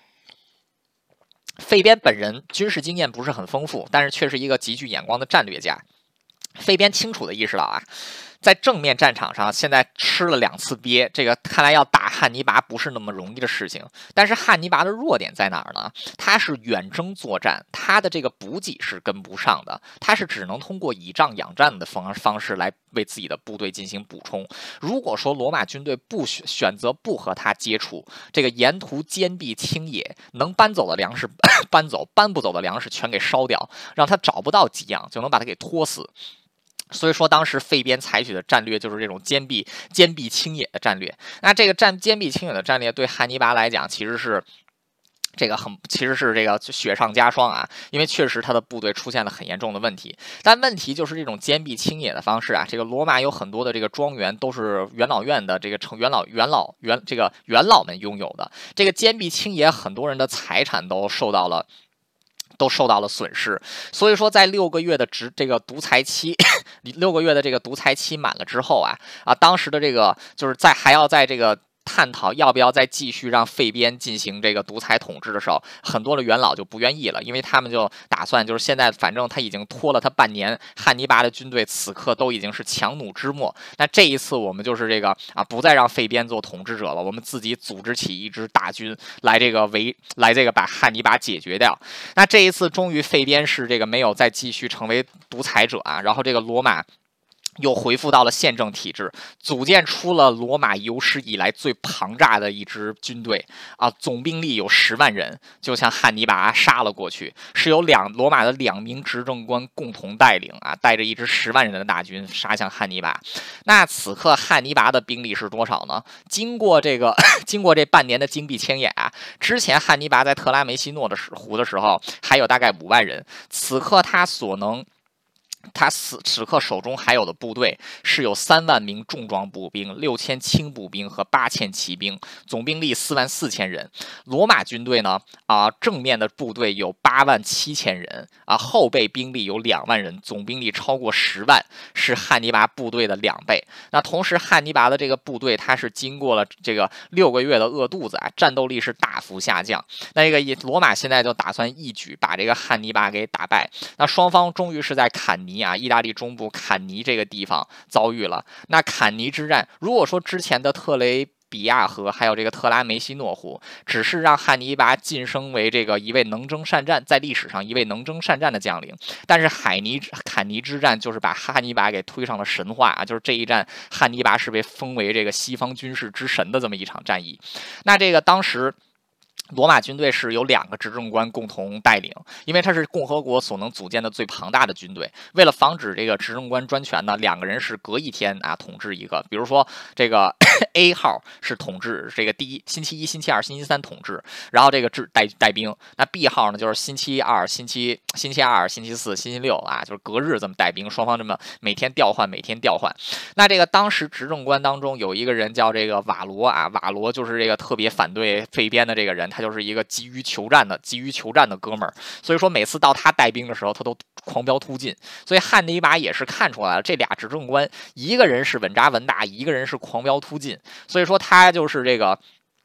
费边本人军事经验不是很丰富，但是却是一个极具眼光的战略家。费边清楚地意识到啊，在正面战场上，现在吃了两次鳖，这个看来要打汉尼拔不是那么容易的事情。但是汉尼拔的弱点在哪儿呢？他是远征作战，他的这个补给是跟不上的，他是只能通过以仗养战的方方式来为自己的部队进行补充。如果说罗马军队不选选择不和他接触，这个沿途坚壁清野，能搬走的粮食搬走，搬不走的粮食全给烧掉，让他找不到给养，就能把他给拖死。所以说，当时费边采取的战略就是这种坚壁坚壁清野的战略。那这个战坚壁清野的战略对汉尼拔来讲，其实是这个很其实是这个雪上加霜啊，因为确实他的部队出现了很严重的问题。但问题就是这种坚壁清野的方式啊，这个罗马有很多的这个庄园都是元老院的这个成元老元老元这个元老们拥有的。这个坚壁清野，很多人的财产都受到了。都受到了损失，所以说在六个月的执这个独裁期，六个月的这个独裁期满了之后啊啊，当时的这个就是在还要在这个。探讨要不要再继续让费边进行这个独裁统治的时候，很多的元老就不愿意了，因为他们就打算就是现在反正他已经拖了他半年，汉尼拔的军队此刻都已经是强弩之末，那这一次我们就是这个啊，不再让费边做统治者了，我们自己组织起一支大军来这个围来这个把汉尼拔解决掉。那这一次终于费边是这个没有再继续成为独裁者啊，然后这个罗马。又恢复到了宪政体制，组建出了罗马有史以来最庞大的一支军队啊，总兵力有十万人，就像汉尼拔杀了过去，是由两罗马的两名执政官共同带领啊，带着一支十万人的大军杀向汉尼拔。那此刻汉尼拔的兵力是多少呢？经过这个经过这半年的精壁清野啊，之前汉尼拔在特拉梅西诺的湖的时候还有大概五万人，此刻他所能。他此此刻手中还有的部队是有三万名重装步兵、六千轻步兵和八千骑兵，总兵力四万四千人。罗马军队呢，啊、呃，正面的部队有八万七千人，啊、呃，后备兵力有两万人，总兵力超过十万，是汉尼拔部队的两倍。那同时，汉尼拔的这个部队，他是经过了这个六个月的饿肚子啊，战斗力是大幅下降。那这个罗马现在就打算一举把这个汉尼拔给打败。那双方终于是在坎尼。啊，意大利中部坎尼这个地方遭遇了。那坎尼之战，如果说之前的特雷比亚河还有这个特拉梅西诺湖，只是让汉尼拔晋升为这个一位能征善战，在历史上一位能征善战的将领。但是海尼坎尼之战就是把汉尼拔给推上了神话啊！就是这一战，汉尼拔是被封为这个西方军事之神的这么一场战役。那这个当时。罗马军队是由两个执政官共同带领，因为它是共和国所能组建的最庞大的军队。为了防止这个执政官专权呢，两个人是隔一天啊统治一个。比如说这个 A 号是统治这个第一星期一、星期二、星期三统治，然后这个带带兵。那 B 号呢，就是星期二、星期星期二、星期四、星期六啊，就是隔日这么带兵，双方这么每天调换，每天调换。那这个当时执政官当中有一个人叫这个瓦罗啊，瓦罗就是这个特别反对费边的这个人。他就是一个急于求战的、急于求战的哥们儿，所以说每次到他带兵的时候，他都狂飙突进。所以汉尼拔也是看出来了，这俩执政官，一个人是稳扎稳打，一个人是狂飙突进。所以说他就是这个。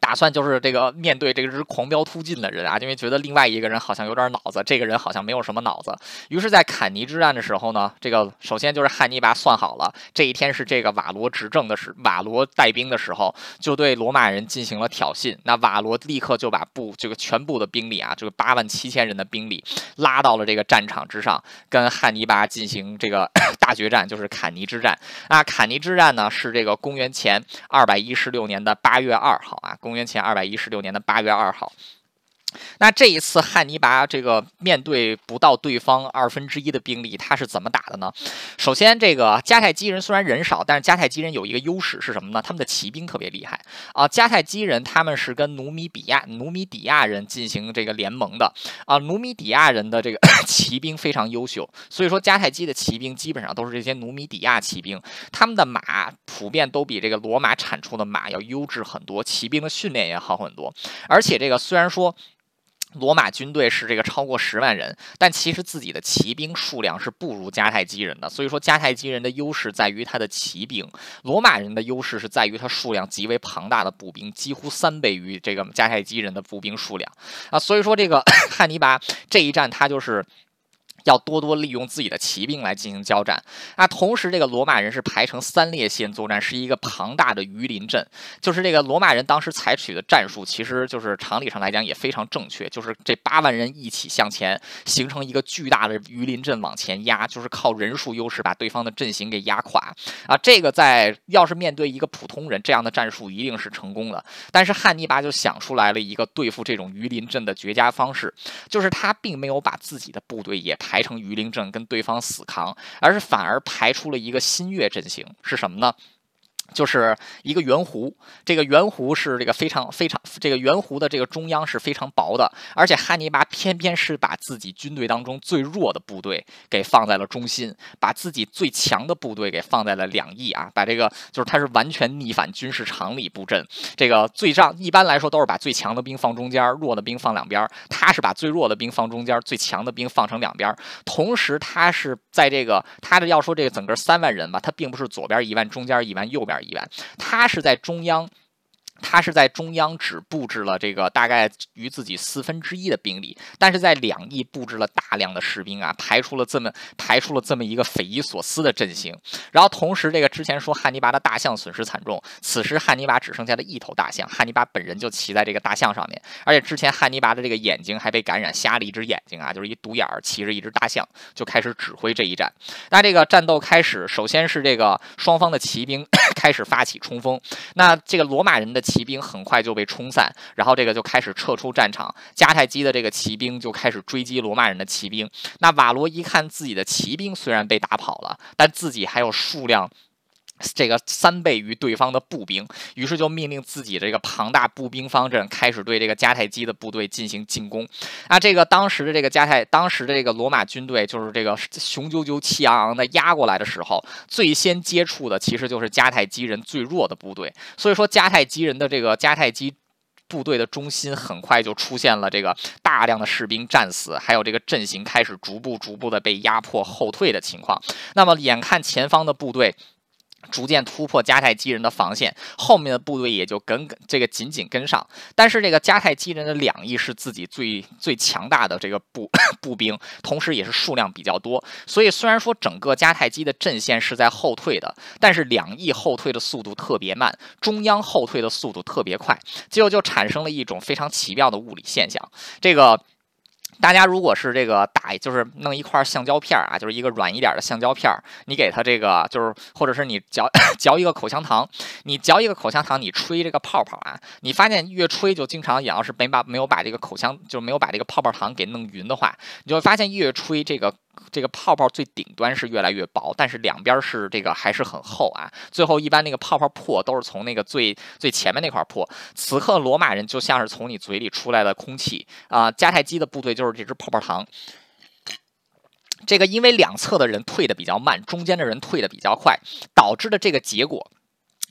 打算就是这个面对这个只狂飙突进的人啊，因为觉得另外一个人好像有点脑子，这个人好像没有什么脑子。于是，在坎尼之战的时候呢，这个首先就是汉尼拔算好了这一天是这个瓦罗执政的时，瓦罗带兵的时候，就对罗马人进行了挑衅。那瓦罗立刻就把部这个全部的兵力啊，这个八万七千人的兵力拉到了这个战场之上，跟汉尼拔进行这个大决战，就是坎尼之战。那坎尼之战呢，是这个公元前二百一十六年的八月二号啊，公元前二百一十六年的八月二号。那这一次汉尼拔这个面对不到对方二分之一的兵力，他是怎么打的呢？首先，这个迦太基人虽然人少，但是迦太基人有一个优势是什么呢？他们的骑兵特别厉害啊！迦太基人他们是跟努米比亚、努米底亚人进行这个联盟的啊，努米底亚人的这个骑兵非常优秀，所以说迦太基的骑兵基本上都是这些努米底亚骑兵，他们的马普遍都比这个罗马产出的马要优质很多，骑兵的训练也好很多，而且这个虽然说罗马军队是这个超过十万人，但其实自己的骑兵数量是不如迦太基人的，所以说迦太基人的优势在于他的骑兵，罗马人的优势是在于他数量极为庞大的步兵，几乎三倍于这个迦太基人的步兵数量啊，所以说这个汉尼拔这一战他就是要多多利用自己的骑兵来进行交战啊。同时，这个罗马人是排成三列线作战，是一个庞大的鱼鳞阵。就是这个罗马人当时采取的战术，其实就是常理上来讲也非常正确，就是这八万人一起向前，形成一个巨大的鱼鳞阵往前压，就是靠人数优势把对方的阵型给压垮啊。这个在要是面对一个普通人，这样的战术一定是成功的。但是汉尼拔就想出来了一个对付这种鱼鳞阵的绝佳方式，就是他并没有把自己的部队也排。排成鱼鳞阵跟对方死扛，而是反而排出了一个新月阵型，是什么呢？就是一个圆弧，这个圆弧是这个非常非常这个圆弧的这个中央是非常薄的，而且汉尼拔偏偏是把自己军队当中最弱的部队给放在了中心，把自己最强的部队给放在了两翼啊，把这个就是他是完全逆反军事常理布阵，这个最上一般来说都是把最强的兵放中间，弱的兵放两边，他是把最弱的兵放中间，最强的兵放成两边，同时他是在这个他的要说这个整个三万人吧，他并不是左边一万，中间一万，右边一万，他是在中央。他是在中央只布置了这个大概于自己四分之一的兵力，但是在两翼布置了大量的士兵啊，排出了这么排出了这么一个匪夷所思的阵型。然后同时，这个之前说汉尼拔的大象损失惨重，此时汉尼拔只剩下了一头大象，汉尼拔本人就骑在这个大象上面，而且之前汉尼拔的这个眼睛还被感染瞎了一只眼睛啊，就是一独眼儿，骑着一只大象就开始指挥这一战。那这个战斗开始，首先是这个双方的骑兵开始发起冲锋，那这个罗马人的骑兵很快就被冲散，然后这个就开始撤出战场，迦太基的这个骑兵就开始追击罗马人的骑兵。那瓦罗一看自己的骑兵虽然被打跑了，但自己还有数量这个三倍于对方的步兵，于是就命令自己这个庞大步兵方阵开始对这个迦太基的部队进行进攻。啊，这个当时的这个迦太，当时的这个罗马军队就是这个雄赳赳、气昂昂的压过来的时候，最先接触的其实就是迦太基人最弱的部队。所以说，迦太基人的这个迦太基部队的中心很快就出现了这个大量的士兵战死，还有这个阵型开始逐步逐步的被压迫后退的情况。那么，眼看前方的部队逐渐突破迦太基人的防线，后面的部队也就跟这个紧紧跟上。但是这个迦太基人的两翼是自己最最强大的这个步步兵，同时也是数量比较多。所以虽然说整个迦太基的阵线是在后退的，但是两翼后退的速度特别慢，中央后退的速度特别快，结果就产生了一种非常奇妙的物理现象。这个大家如果是这个打，就是弄一块橡胶片啊，就是一个软一点的橡胶片，你给它这个就是，或者是你嚼嚼一个口香糖，你嚼一个口香糖，你吹这个泡泡啊，你发现越吹就经常，也要是没把没有把这个口香，就没有把这个泡泡糖给弄匀的话，你就会发现越吹这个。这个泡泡最顶端是越来越薄，但是两边是这个还是很厚啊。最后一般那个泡泡破都是从那个最最前面那块破。此刻罗马人就像是从你嘴里出来的空气啊、呃，迦太基的部队就是这只泡泡糖。这个因为两侧的人退的比较慢，中间的人退的比较快，导致的这个结果。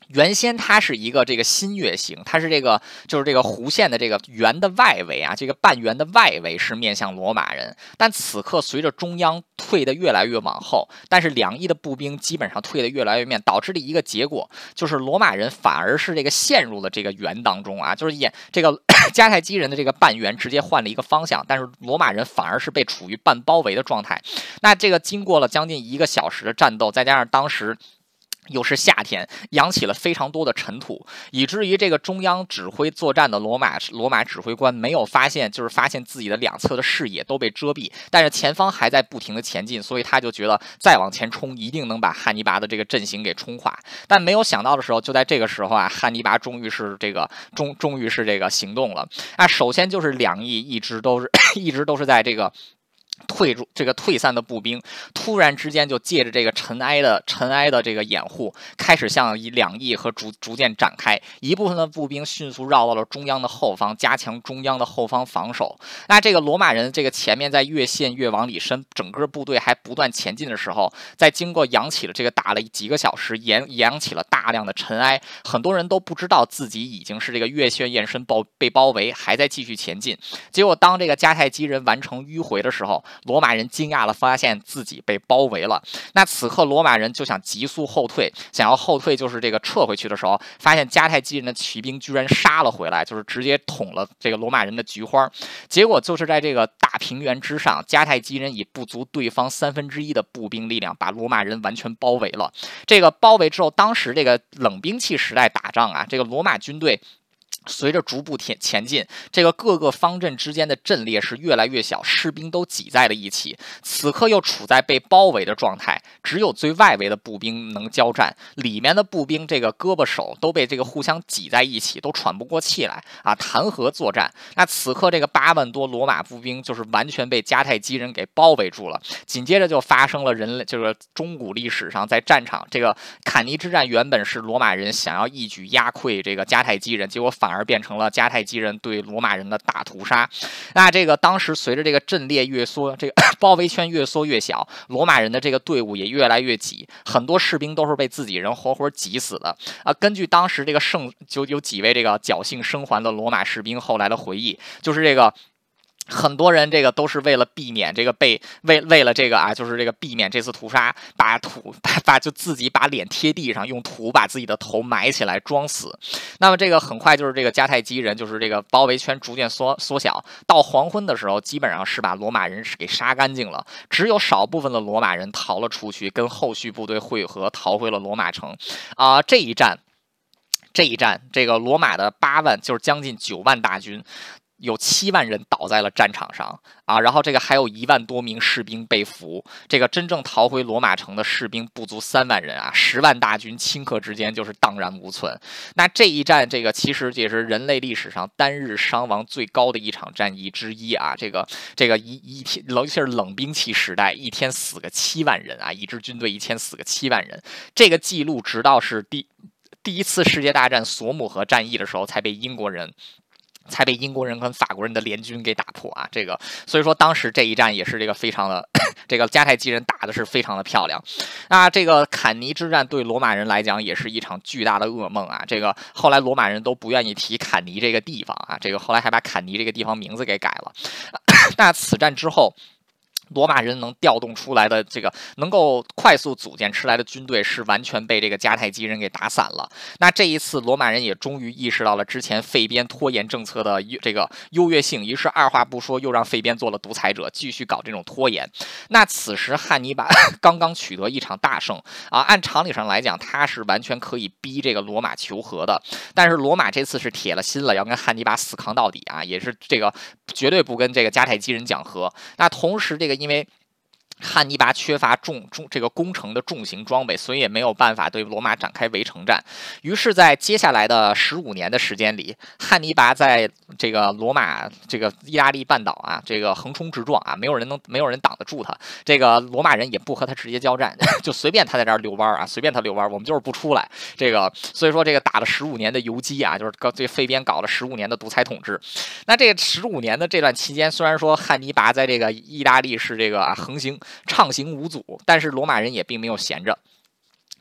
原先它是一个这个新月形，它是这个就是这个弧线的这个圆的外围啊，这个半圆的外围是面向罗马人，但此刻随着中央退得越来越往后，但是两翼的步兵基本上退得越来越面，导致的一个结果就是罗马人反而是这个陷入了这个圆当中啊，就是演这个迦太基人的这个半圆直接换了一个方向，但是罗马人反而是被处于半包围的状态。那这个经过了将近一个小时的战斗，再加上当时又是夏天，扬起了非常多的尘土，以至于这个中央指挥作战的罗马罗马指挥官没有发现，就是发现自己的两侧的视野都被遮蔽，但是前方还在不停的前进，所以他就觉得再往前冲一定能把汉尼拔的这个阵型给冲垮。但没有想到的时候，就在这个时候啊，汉尼拔终于是这个终终于是这个行动了啊！首先就是两翼一直都是一直都是在这个。退出这个退散的步兵，突然之间就借着这个尘埃的尘埃的这个掩护，开始向以两翼和逐逐渐展开。一部分的步兵迅速绕到了中央的后方，加强中央的后方防守。那这个罗马人这个前面在越线越往里伸，整个部队还不断前进的时候，在经过扬起了这个打了几个小时，扬扬起了大量的尘埃，很多人都不知道自己已经是这个越线延伸包被包围，还在继续前进。结果当这个迦太基人完成迂回的时候，罗马人惊讶地发现自己被包围了。那此刻罗马人就想急速后退，想要后退就是这个撤回去的时候，发现迦太基人的骑兵居然杀了回来，就是直接捅了这个罗马人的菊花。结果就是在这个大平原之上，迦太基人以不足对方三分之一的步兵力量，把罗马人完全包围了。这个包围之后，当时这个冷兵器时代打仗啊，这个罗马军队随着逐步前前进，这个各个方阵之间的阵列是越来越小，士兵都挤在了一起。此刻又处在被包围的状态，只有最外围的步兵能交战，里面的步兵这个胳膊手都被这个互相挤在一起，都喘不过气来啊，谈何作战？那此刻这个八万多罗马步兵就是完全被迦太基人给包围住了。紧接着就发生了人类这个中古历史上在战场这个坎尼之战，原本是罗马人想要一举压溃这个迦太基人，结果反而而变成了迦太基人对罗马人的大屠杀。那这个当时随着这个阵列越缩，这个包围圈越缩越小，罗马人的这个队伍也越来越挤，很多士兵都是被自己人活活挤死的啊。根据当时这个胜就有几位这个侥幸生还的罗马士兵后来的回忆，就是这个。很多人这个都是为了避免这个被为为了这个啊，就是这个避免这次屠杀，把土把把就自己把脸贴地上，用土把自己的头埋起来装死。那么这个很快就是这个迦太基人，就是这个包围圈逐渐缩缩小，到黄昏的时候，基本上是把罗马人是给杀干净了，只有少部分的罗马人逃了出去，跟后续部队会合，逃回了罗马城。啊、呃，这一战。这一战，这个罗马的八万就是将近九万大军，有七万人倒在了战场上啊，然后这个还有一万多名士兵被俘，这个真正逃回罗马城的士兵不足三万人啊，十万大军顷刻之间就是荡然无存。那这一战，这个其实也是人类历史上单日伤亡最高的一场战役之一啊，这个这个一一天，尤其是冷兵器时代，一天死个七万人啊，一支军队一天死个七万人，这个记录直到是第。第一次世界大战索姆河战役的时候，才被英国人。才被英国人跟法国人的联军给打破啊！这个，所以说当时这一战也是这个非常的，这个迦太基人打的是非常的漂亮。那这个坎尼之战对罗马人来讲也是一场巨大的噩梦啊！这个后来罗马人都不愿意提坎尼这个地方啊，这个后来还把坎尼这个地方名字给改了。那此战之后。罗马人能调动出来的这个能够快速组建出来的军队是完全被这个迦太基人给打散了。那这一次，罗马人也终于意识到了之前费边拖延政策的这个优越性，于是二话不说又让费边做了独裁者，继续搞这种拖延。那此时汉尼拔刚刚取得一场大胜啊，按常理上来讲，他是完全可以逼这个罗马求和的。但是罗马这次是铁了心了，要跟汉尼拔死扛到底啊，也是这个绝对不跟这个迦太基人讲和。那同时这个。因为汉尼拔缺乏重重这个攻城的重型装备，所以也没有办法对罗马展开围城战。于是，在接下来的十五年的时间里，汉尼拔在这个罗马这个意大利半岛啊，这个横冲直撞啊，没有人能没有人挡得住他。这个罗马人也不和他直接交战，就随便他在这儿遛弯啊，随便他遛弯，我们就是不出来。这个所以说，这个打了十五年的游击啊，就是这费边搞了十五年的独裁统治。那这十五年的这段期间，虽然说汉尼拔在这个意大利是这个啊横行。畅行无阻，但是罗马人也并没有闲着。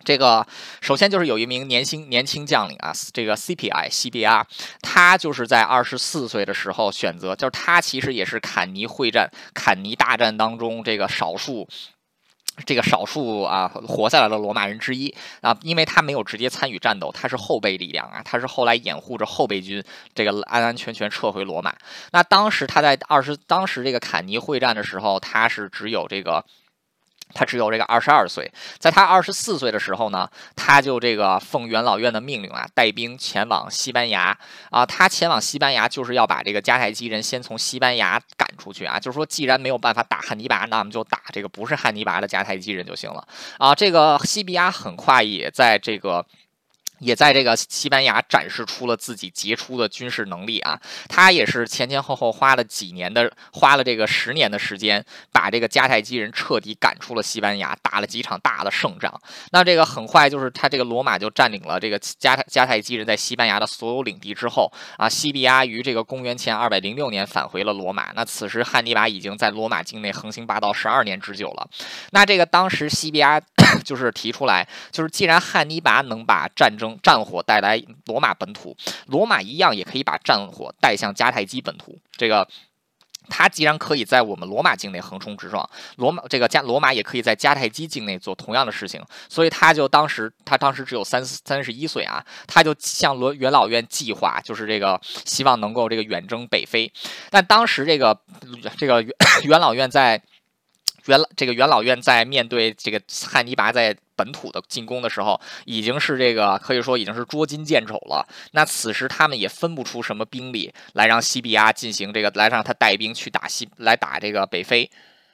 这个首先就是有一名年轻年轻将领啊，这个 C P I C B R， 他就是在二十四岁的时候选择，就是他其实也是坎尼会战、坎尼大战当中这个少数。这个少数啊活下来的罗马人之一啊，因为他没有直接参与战斗，他是后备力量啊，他是后来掩护着后备军这个安安全全撤回罗马。那当时他在二十，当时这个坎尼会战的时候，他是只有这个。他只有这个二十二岁，在他二十四岁的时候呢，他就这个奉元老院的命令啊，带兵前往西班牙啊。他前往西班牙就是要把这个迦太基人先从西班牙赶出去啊。就是说，既然没有办法打汉尼拔，那我们就打这个不是汉尼拔的迦太基人就行了啊。这个西比亚很快也在这个。也在这个西班牙展示出了自己杰出的军事能力啊！他也是前前后后花了几年的，花了这个十年的时间，把这个迦太基人彻底赶出了西班牙，打了几场大的胜仗。那这个很快就是他这个罗马就占领了这个迦太迦太基人在西班牙的所有领地之后啊，西比亚于这个公元前二百零六年返回了罗马。那此时汉尼拔已经在罗马境内横行霸道十二年之久了。那这个当时西比亚就是提出来，就是既然汉尼拔能把战争战火带来罗马本土，罗马一样也可以把战火带向迦太基本土。这个他既然可以在我们罗马境内横冲直撞，罗马这个加罗马也可以在迦太基境内做同样的事情，所以他就当时他当时只有三三十一岁啊，他就向罗元老院计划，就是这个希望能够这个远征北非。但当时这个这个元老院在。元这个元老院在面对这个汉尼拔在本土的进攻的时候，已经是这个可以说已经是捉襟见肘了。那此时他们也分不出什么兵力来让西比亚进行这个，来让他带兵去打西来打这个北非。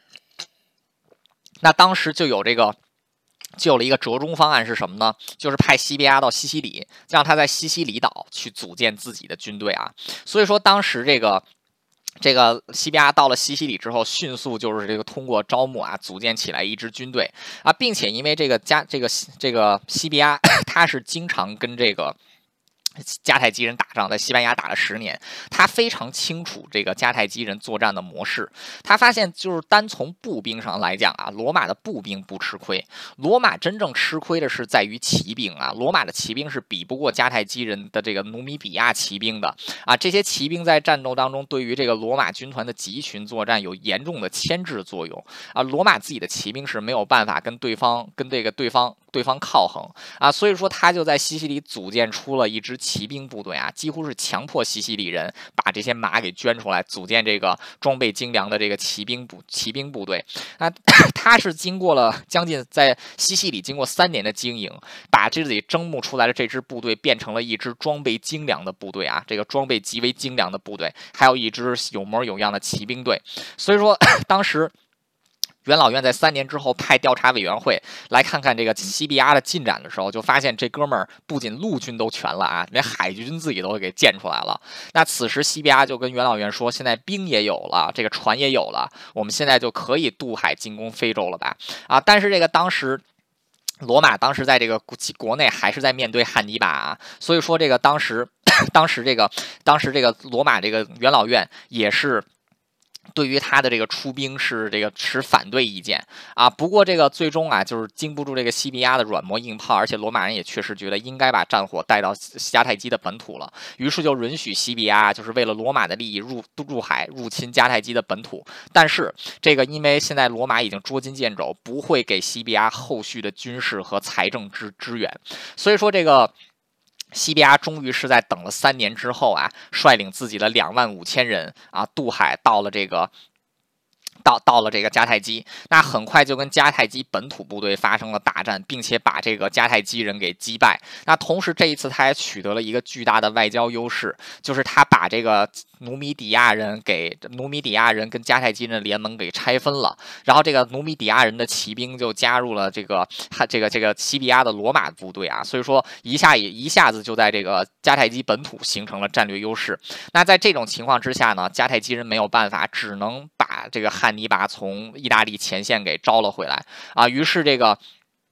那当时就有这个。就有了一个折中方案是什么呢？就是派西比亚到西西里，让他在西西里岛去组建自己的军队啊。所以说当时这个。这个西比亚到了西西里之后，迅速就是这个通过招募啊，组建起来一支军队啊，并且因为这个加这个这个西比亚，他是经常跟这个。迦太基人打仗，在西班牙打了十年，他非常清楚这个迦太基人作战的模式。他发现，就是单从步兵上来讲啊，罗马的步兵不吃亏，罗马真正吃亏的是在于骑兵啊。罗马的骑兵是比不过迦太基人的这个努米比亚骑兵的啊。这些骑兵在战斗当中，对于这个罗马军团的集群作战有严重的牵制作用啊。罗马自己的骑兵是没有办法跟对方跟这个对方。对方抗衡啊，所以说他就在西西里组建出了一支骑兵部队啊，几乎是强迫西西里人把这些马给捐出来，组建这个装备精良的这个骑兵部骑兵部队啊。他是经过了将近在西西里经过三年的经营，把自己征募出来的这支部队变成了一支装备精良的部队啊，这个装备极为精良的部队，还有一支有模有样的骑兵队。所以说当时。元老院在三年之后派调查委员会来看看这个西比亚的进展的时候，就发现这哥们儿不仅陆军都全了啊，连海军自己都给建出来了。那此时西比亚就跟元老院说：“现在兵也有了，这个船也有了，我们现在就可以渡海进攻非洲了吧？”啊，但是这个当时。罗马当时在这个国内还是在面对汉尼拔啊，所以说这个当时，当时这个，当时这个罗马这个元老院也是。对于他的这个出兵是这个持反对意见啊，不过这个最终啊，就是经不住这个西比亚的软磨硬泡，而且罗马人也确实觉得应该把战火带到迦太基的本土了，于是就允许西比亚就是为了罗马的利益入入海入侵迦太基的本土。但是这个因为现在罗马已经捉襟见肘，不会给西比亚后续的军事和财政支支援，所以说这个。西比亚终于是在等了三年之后啊，率领自己的两万五千人啊渡海到了这个。到到了这个迦太基，那很快就跟迦太基本土部队发生了大战，并且把这个迦太基人给击败。那同时这一次他也取得了一个巨大的外交优势，就是他把这个努米底亚人给努米底亚人跟迦太基人的联盟给拆分了，然后这个努米底亚人的骑兵就加入了这个这个这个西比亚的罗马部队啊，所以说一下也一下子就在这个迦太基本土形成了战略优势。那在这种情况之下呢，迦太基人没有办法，只能把这个汉尼拔从意大利前线给招了回来啊，于是这个。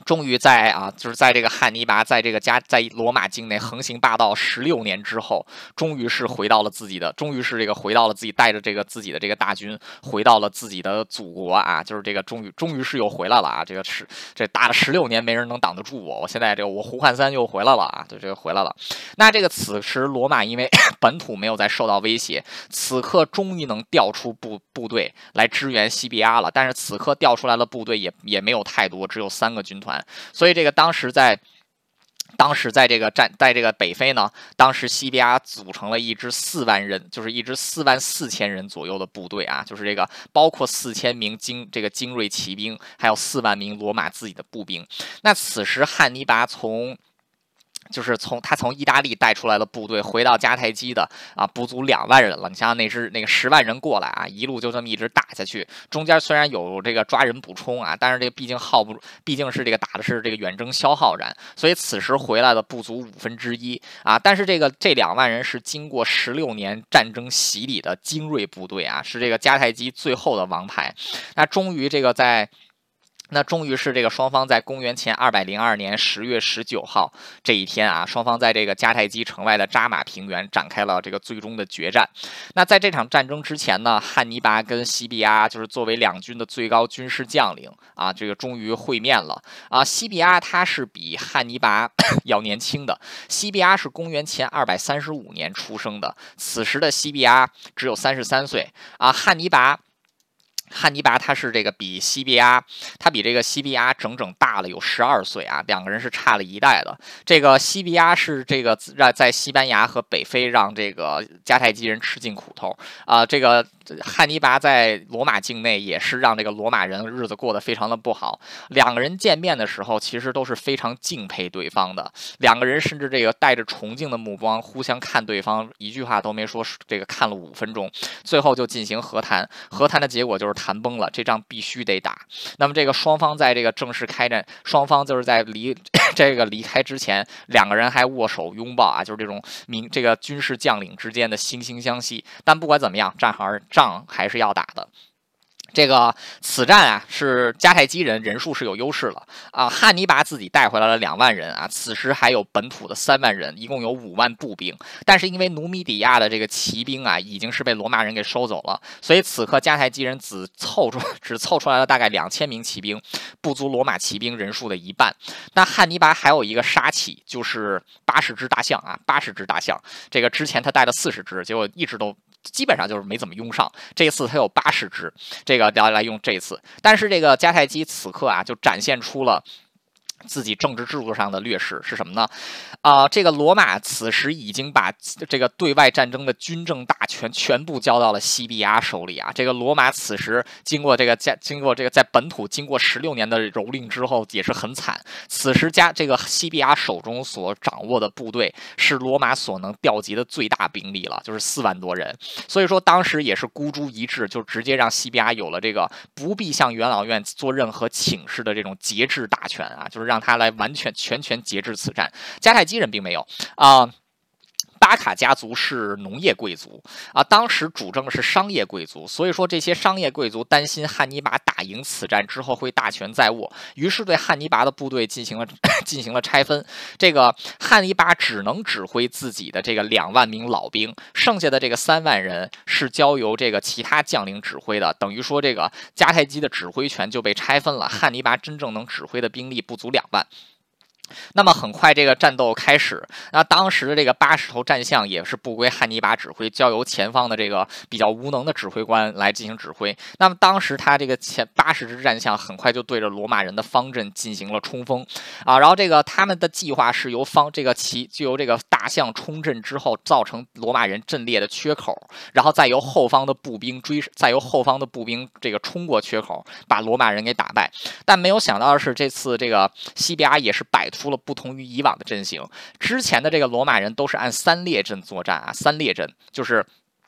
终于在啊，就是在这个汉尼拔在这个加在罗马境内横行霸道十六年之后，终于是回到了自己的，终于是这个回到了自己带着这个自己的这个大军回到了自己的祖国啊，就是这个终于终于是又回来了啊，这个是这打了十六年没人能挡得住我，我现在这个我胡汉三又回来了啊，就这个回来了。那这个此时罗马因为本土没有再受到威胁，此刻终于能调出部部队来支援西比阿了，但是此刻调出来的部队也也没有太多，只有三个军团。所以这个当时在当时在这个战在这个北非呢，当时西比阿组成了一支四万人，就是一支四万四千人左右的部队啊，就是这个包括四千名精这个精锐骑兵，还有四万名罗马自己的步兵。那此时汉尼拔从就是从他从意大利带出来的部队回到迦太基的啊，不足两万人了。你想想那支那个十万人过来啊，一路就这么一直打下去，中间虽然有这个抓人补充啊，但是这个毕竟耗不，毕竟是这个打的是这个远征消耗战，所以此时回来的不足五分之一啊。但是这个这两万人是经过十六年战争洗礼的精锐部队啊，是这个迦太基最后的王牌。那终于这个在。那终于是这个双方在公元前二百零二年十月十九号这一天啊，双方在这个迦太基城外的扎马平原展开了这个最终的决战。那在这场战争之前呢，汉尼拔跟西比阿就是作为两军的最高军事将领啊，这个终于会面了啊。西比阿他是比汉尼拔要年轻的，西比阿是公元前二百三十五年出生的，此时的西比阿只有三十三岁啊，汉尼拔。汉尼拔他是这个比西比阿，他比这个西比阿整整大了有十二岁啊，两个人是差了一代的。这个西比阿是这个让在西班牙和北非让这个迦太基人吃尽苦头啊、呃，这个汉尼拔在罗马境内也是让这个罗马人日子过得非常的不好。两个人见面的时候，其实都是非常敬佩对方的，两个人甚至这个带着崇敬的目光互相看对方，一句话都没说，这个看了五分钟，最后就进行和谈。和谈的结果就是谈崩了，这仗必须得打。那么这个双方在这个正式开战，双方就是在离这个离开之前，两个人还握手拥抱啊，就是这种民这个军事将领之间的惺惺相惜。但不管怎么样，战还仗还是要打的。这个此战啊，是迦太基人人数是有优势了啊。汉尼拔自己带回来了两万人啊，此时还有本土的三万人，一共有五万步兵。但是因为努米底亚的这个骑兵啊，已经是被罗马人给收走了，所以此刻迦太基人只凑出只凑出来了大概两千名骑兵，不足罗马骑兵人数的一半。那汉尼拔还有一个杀器，就是八十只大象啊，八十只大象。这个之前他带了四十只，结果一直都。基本上就是没怎么用上，这一次他有八十只，这个来来用这一次。但是这个迦太基此刻啊，就展现出了自己政治制度上的劣势是什么呢？啊、呃，这个罗马此时已经把这个对外战争的军政大权全部交到了西比阿手里啊。这个罗马此时经过这个加经过这个在本土经过十六年的蹂躏之后，也是很惨。此时加这个西比阿手中所掌握的部队是罗马所能调集的最大兵力了，就是四万多人。所以说当时也是孤注一掷，就直接让西比阿有了这个不必向元老院做任何请示的这种节制大权啊，就是让他来完全全权节制此战。迦太基人并没有啊。呃巴卡家族是农业贵族啊，当时主政是商业贵族，所以说这些商业贵族担心汉尼拔打赢此战之后会大权在握，于是对汉尼拔的部队进行了进行了拆分。这个汉尼拔只能指挥自己的这个两万名老兵，剩下的这个三万人是交由这个其他将领指挥的，等于说这个迦太基的指挥权就被拆分了，汉尼拔真正能指挥的兵力不足两万。那么很快这个战斗开始，那当时的这个八十头战象也是不归汉尼拔指挥，交由前方的这个比较无能的指挥官来进行指挥。那么当时他这个前八十只战象很快就对着罗马人的方阵进行了冲锋啊，然后这个他们的计划是由方这个骑就由这个大象冲阵之后，造成罗马人阵列的缺口，然后再由后方的步兵追，再由后方的步兵这个冲过缺口，把罗马人给打败。但没有想到的是，这次这个西比阿也是摆脱出了不同于以往的阵型。之前的这个罗马人都是按三列阵作战啊，三列阵就是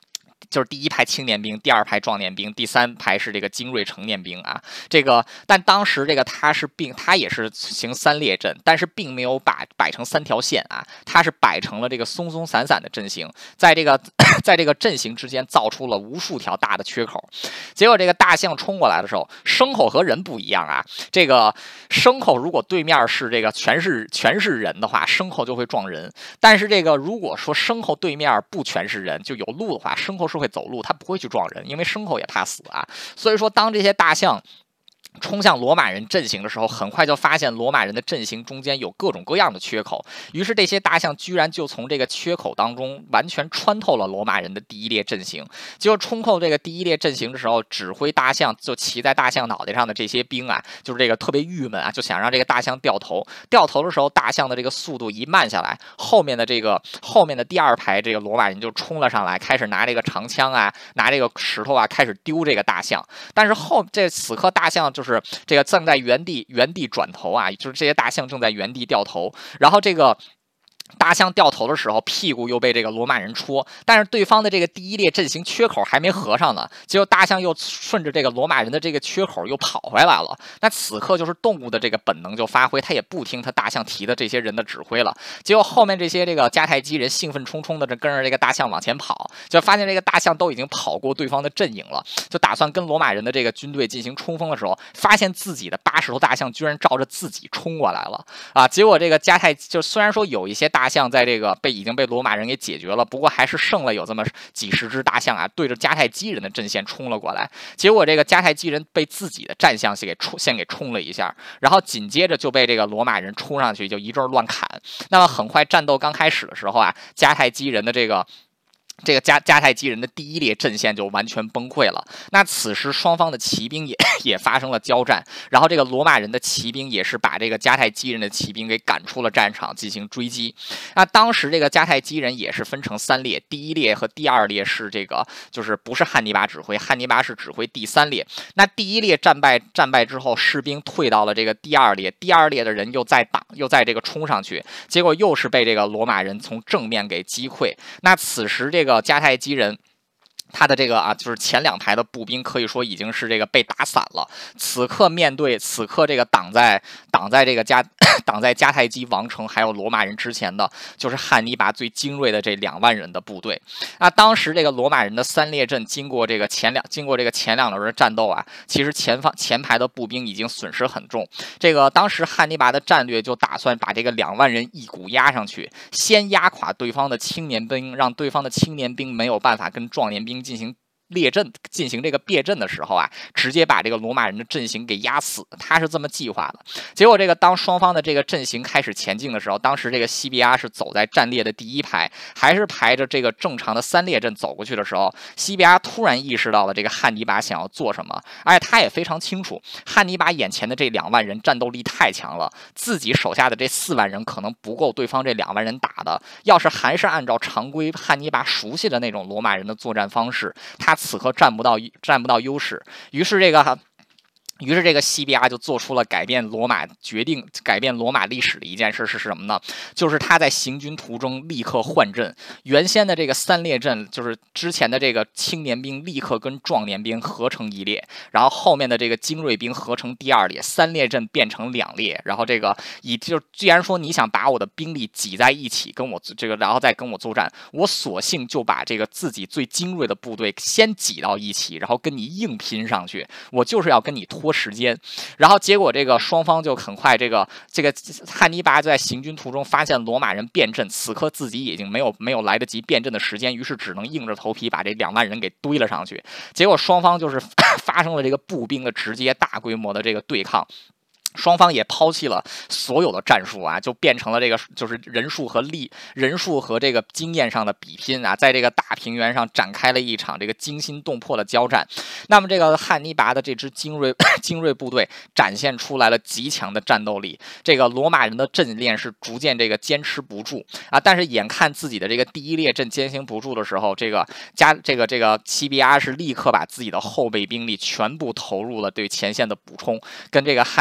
就是第一排青年兵，第二排壮年兵，第三排是这个精锐成年兵啊。这个，但当时这个他是并他也是行三列阵，但是并没有把摆成三条线啊，他是摆成了这个松松散散的阵型，在这个在这个阵型之间造出了无数条大的缺口。结果这个大象冲过来的时候，牲口和人不一样啊，这个牲口如果对面是这个全是全是人的话，牲口就会撞人。但是这个如果说牲口对面不全是人，就有路的话，牲口是会走路，它不会去撞人，因为牲口也怕死啊。所以说，当这些大象冲向罗马人阵型的时候，很快就发现罗马人的阵型中间有各种各样的缺口，于是这些大象居然就从这个缺口当中完全穿透了罗马人的第一列阵型。结果冲透这个第一列阵型的时候，指挥大象就骑在大象脑袋上的这些兵啊，就是这个特别郁闷啊，就想让这个大象掉头。掉头的时候，大象的这个速度一慢下来，后面的这个后面的第二排这个罗马人就冲了上来，开始拿这个长枪啊，拿这个石头啊，开始丢这个大象。但是后这此刻大象就是这个正在原地原地转头啊，就是这些大象正在原地掉头，然后这个大象掉头的时候，屁股又被这个罗马人戳，但是对方的这个第一列阵型缺口还没合上呢，结果大象又顺着这个罗马人的这个缺口又跑回来了。那此刻就是动物的这个本能就发挥，他也不听他大象提的这些人的指挥了。结果后面这些这个迦太基人兴奋冲冲的跟着这个大象往前跑，就发现这个大象都已经跑过对方的阵营了，就打算跟罗马人的这个军队进行冲锋的时候，发现自己的八十头大象居然照着自己冲过来了啊！结果这个迦太就虽然说有一些大象在这个被已经被罗马人给解决了，不过还是剩了有这么几十只大象啊，对着迦太基人的阵线冲了过来。结果这个迦太基人被自己的战象先给冲，先给冲了一下，然后紧接着就被这个罗马人冲上去，就一阵乱砍。那么很快战斗刚开始的时候啊，迦太基人的这个。这个迦迦太基人的第一列阵线就完全崩溃了。那此时双方的骑兵也也发生了交战，然后这个罗马人的骑兵也是把这个迦太基人的骑兵给赶出了战场进行追击。那当时这个迦太基人也是分成三列，第一列和第二列是这个就是不是汉尼拔指挥，汉尼拔是指挥第三列。那第一列战败战败之后，士兵退到了这个第二列，第二列的人又在挡又在这个冲上去，结果又是被这个罗马人从正面给击溃。那此时这个这个迦太基人，他的这个啊，就是前两排的步兵可以说已经是这个被打散了。此刻面对此刻这个挡在挡在这个迦挡在迦太基王城还有罗马人之前的，就是汉尼拔最精锐的这两万人的部队。那当时这个罗马人的三列阵经过这个前两经过这个前两轮的战斗啊，其实前方前排的步兵已经损失很重。这个当时汉尼拔的战略就打算把这个两万人一股压上去，先压垮对方的青年兵，让对方的青年兵没有办法跟壮年兵进行列阵进行这个别阵的时候啊，直接把这个罗马人的阵型给压死，他是这么计划的。结果这个当双方的这个阵型开始前进的时候，当时这个西比亚是走在战列的第一排，还是排着这个正常的三列阵走过去的时候，西比亚突然意识到了这个汉尼拔想要做什么，而且他也非常清楚，汉尼拔眼前的这两万人战斗力太强了，自己手下的这四万人可能不够对方这两万人打的。要是还是按照常规汉尼拔熟悉的那种罗马人的作战方式，他此刻占不到占不到优势，于是这个。于是这个西比亚就做出了改变罗马决定改变罗马历史的一件事是什么呢？就是他在行军途中立刻换阵，原先的这个三列阵就是之前的这个青年兵立刻跟壮年兵合成一列，然后后面的这个精锐兵合成第二列，三列阵变成两列，然后这个以就既然说你想把我的兵力挤在一起跟我这个然后再跟我作战，我索性就把这个自己最精锐的部队先挤到一起，然后跟你硬拼上去，我就是要跟你拖时间。然后结果这个双方就很快这个这个汉尼拔在行军途中发现罗马人变阵，此刻自己已经没有没有来得及变阵的时间，于是只能硬着头皮把这两万人给堆了上去。结果双方就是发生了这个步兵的直接大规模的这个对抗。双方也抛弃了所有的战术啊，就变成了这个就是人数和力人数和这个经验上的比拼啊，在这个大平原上展开了一场这个惊心动魄的交战。那么这个汉尼拔的这支精锐精锐部队展现出来了极强的战斗力，这个罗马人的阵链是逐渐这个坚持不住啊，但是眼看自己的这个第一列阵坚行不住的时候，这个加这个这个西比亚是立刻把自己的后备兵力全部投入了对前线的补充，跟这个汉尼拔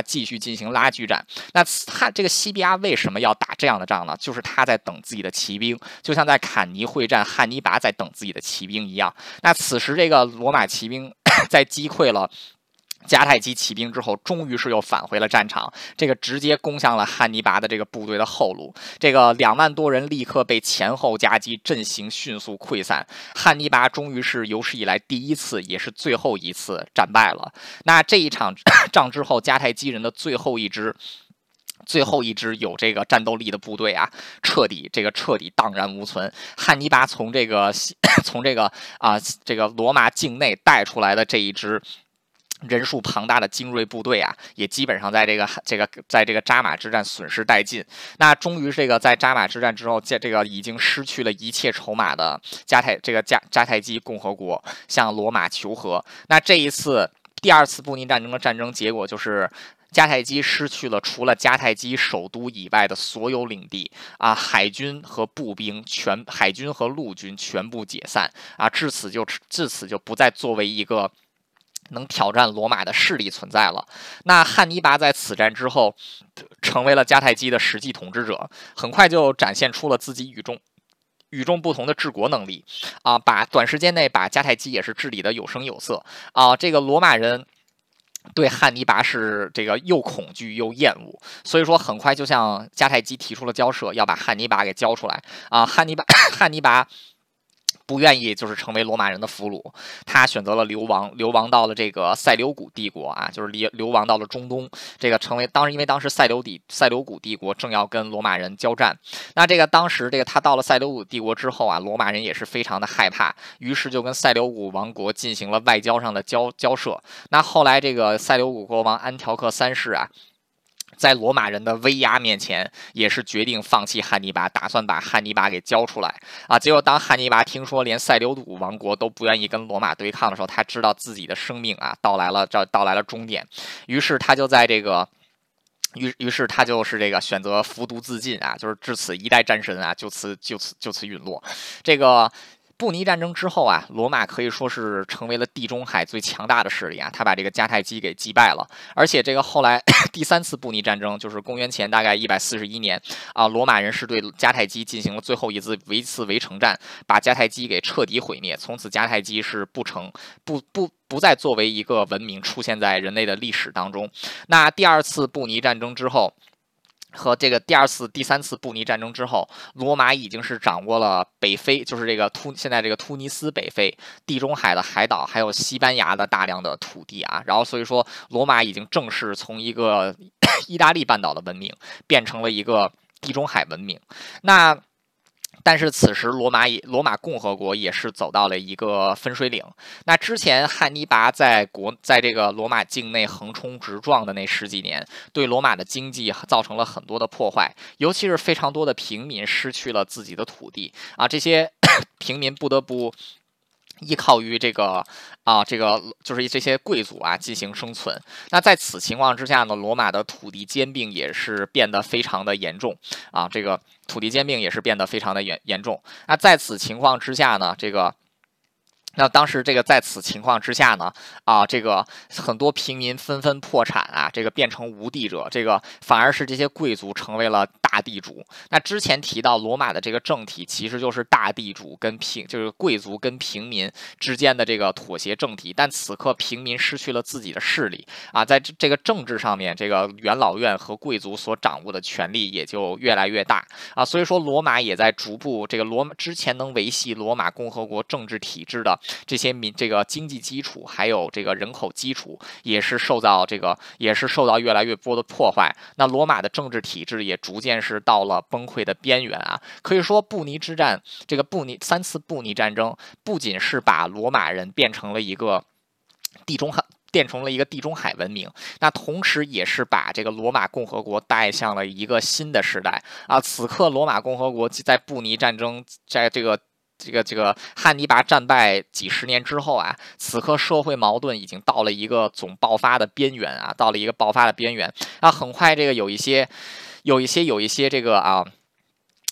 继续进行拉锯战。那汉这个西比亚为什么要打这样的仗呢？就是他在等自己的骑兵，就像在坎尼会战，汉尼拔在等自己的骑兵一样。那此时这个罗马骑兵在击溃了迦太基骑兵之后，终于是又返回了战场，这个直接攻向了汉尼拔的这个部队的后路。这个两万多人立刻被前后夹击，阵型迅速溃散。汉尼拔终于是有史以来第一次，也是最后一次战败了。那这一场仗之后，迦太基人的最后一支。最后一支有这个战斗力的部队啊，彻底这个彻底荡然无存。汉尼拔从这个从这个啊、呃、这个罗马境内带出来的这一支人数庞大的精锐部队啊，也基本上在这个这个在这个扎马之战损失殆尽。那终于这个在扎马之战之后，这这个已经失去了一切筹码的迦太这个迦迦太基共和国向罗马求和。那这一次第二次布匿战争的战争结果就是。迦太基失去了除了迦太基首都以外的所有领地啊，海军和步兵全海军和陆军全部解散啊，至此就至此就不再作为一个能挑战罗马的势力存在了。那汉尼拔在此战之后成为了迦太基的实际统治者，很快就展现出了自己与众。与众不同的治国能力啊，把短时间内把迦太基也是治理的有声有色啊，这个罗马人。对汉尼拔是这个又恐惧又厌恶，所以说很快就向迦太基提出了交涉，要把汉尼拔给交出来啊。汉尼拔，汉尼拔不愿意就是成为罗马人的俘虏，他选择了流亡，流亡到了这个塞琉古帝国啊，就是流流亡到了中东，这个成为当时因为当时塞琉底塞琉古帝国正要跟罗马人交战，那这个当时这个他到了塞琉古帝国之后啊，罗马人也是非常的害怕，于是就跟塞琉古王国进行了外交上的交交涉。那后来这个塞琉古国王安条克三世啊。在罗马人的威压面前，也是决定放弃汉尼拔，打算把汉尼拔给交出来啊！结果当汉尼拔听说连塞琉古王国都不愿意跟罗马对抗的时候，他知道自己的生命啊到来了，这到来了终点，于是他就在这个。于于是他就是这个选择服毒自尽啊，就是至此一代战神啊，就此就此就此陨落。这个。布匿战争之后啊，罗马可以说是成为了地中海最强大的势力啊，他把这个迦太基给击败了，而且这个后来第三次布匿战争，就是公元前大概一百四十一年啊，罗马人是对迦太基进行了最后一次围次围城战，把迦太基给彻底毁灭，从此迦太基是不成不不。不再作为一个文明出现在人类的历史当中。那第二次布匿战争之后。和这个第二次、第三次布匿战争之后，罗马已经是掌握了北非，就是这个突现在这个突尼斯北非、地中海的海岛，还有西班牙的大量的土地啊。然后所以说，罗马已经正式从一个意大利半岛的文明变成了一个地中海文明。那。但是此时罗马也罗马共和国也是走到了一个分水岭。那之前汉尼拔在国在这个罗马境内横冲直撞的那十几年，对罗马的经济造成了很多的破坏，尤其是非常多的平民失去了自己的土地啊，这些平民不得不。依靠于这个啊，这个就是这些贵族啊进行生存。那在此情况之下呢，罗马的土地兼并也是变得非常的严重啊，这个土地兼并也是变得非常的严严重。那在此情况之下呢，这个。那当时这个在此情况之下呢，啊，这个很多平民纷纷破产啊，这个变成无地者，这个反而是这些贵族成为了大地主。那之前提到罗马的这个政体其实就是大地主跟平，就是贵族跟平民之间的这个妥协政体，但此刻平民失去了自己的势力啊，在这个政治上面，这个元老院和贵族所掌握的权力也就越来越大啊，所以说罗马也在逐步这个罗马之前能维系罗马共和国政治体制的。这些民这个经济基础还有这个人口基础也是受到这个也是受到越来越多的破坏。那罗马的政治体制也逐渐是到了崩溃的边缘啊！可以说布匿之战，这个布匿三次布匿战争，不仅是把罗马人变成了一个地中海。变成了一个地中海文明，那同时也是把这个罗马共和国带向了一个新的时代啊！此刻罗马共和国在布匿战争，在这个。这个这个汉尼拔战败几十年之后啊，此刻社会矛盾已经到了一个总爆发的边缘啊，到了一个爆发的边缘啊，很快这个有一些，有一些有一些这个啊。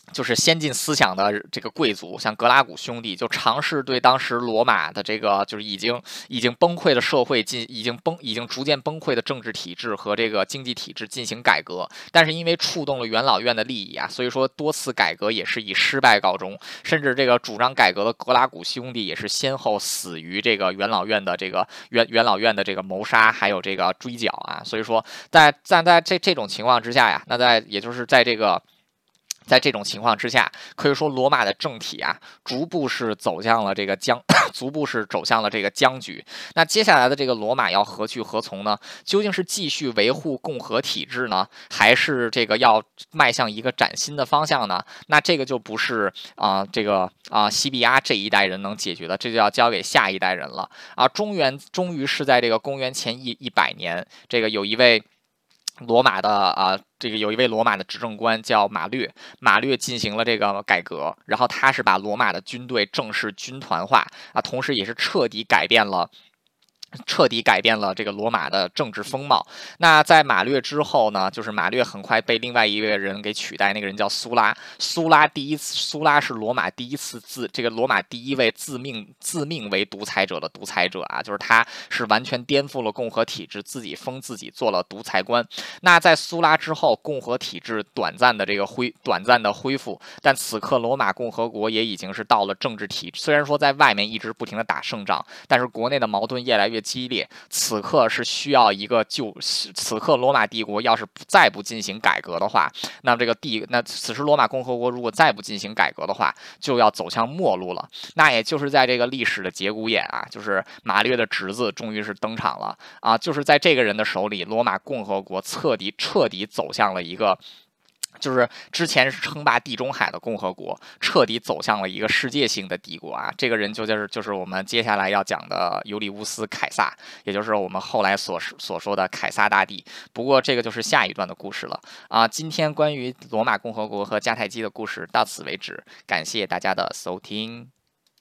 就是先进思想的这个贵族，像格拉古兄弟，就尝试对当时罗马的这个就是已经已经崩溃的社会进已经崩已经逐渐崩溃的政治体制和这个经济体制进行改革，但是因为触动了元老院的利益啊，所以说多次改革也是以失败告终，甚至这个主张改革的格拉古兄弟也是先后死于这个元老院的这个元元老院的这个谋杀还有这个追剿啊，所以说在在在这这种情况之下呀，那在也就是在这个。在这种情况之下，可以说罗马的政体啊，逐步是走向了这个僵，逐步是走向了这个僵局。那接下来的这个罗马要何去何从呢？究竟是继续维护共和体制呢，还是这个要迈向一个崭新的方向呢？那这个就不是啊、呃，这个啊、呃、西比亚这一代人能解决的，这就要交给下一代人了啊。中原终于是在这个公元前一一百年，这个有一位。罗马的啊、呃，这个有一位罗马的执政官叫马略，马略进行了这个改革，然后他是把罗马的军队正式军团化啊，同时也是彻底改变了。彻底改变了这个罗马的政治风貌。那在马略之后呢，就是马略很快被另外一个人给取代，那个人叫苏拉。苏拉第一次，苏拉是罗马第一次自这个罗马第一位自命自命为独裁者的独裁者啊，就是他是完全颠覆了共和体制，自己封自己做了独裁官。那在苏拉之后，共和体制短暂的这个恢短暂的恢复，但此刻罗马共和国也已经是到了政治体制，虽然说在外面一直不停的打胜仗，但是国内的矛盾越来越激烈，此刻是需要一个救。此刻罗马帝国要是再不进行改革的话，那这个帝那此时罗马共和国如果再不进行改革的话，就要走向末路了。那也就是在这个历史的节骨眼啊，就是马略的侄子终于是登场了啊，就是在这个人的手里，罗马共和国彻底彻底走向了一个。就是之前是称霸地中海的共和国，彻底走向了一个世界性的帝国啊！这个人就就是就是我们接下来要讲的尤利乌斯凯撒，也就是我们后来所所说的凯撒大帝。不过这个就是下一段的故事了啊！今天关于罗马共和国和迦太基的故事到此为止，感谢大家的收听。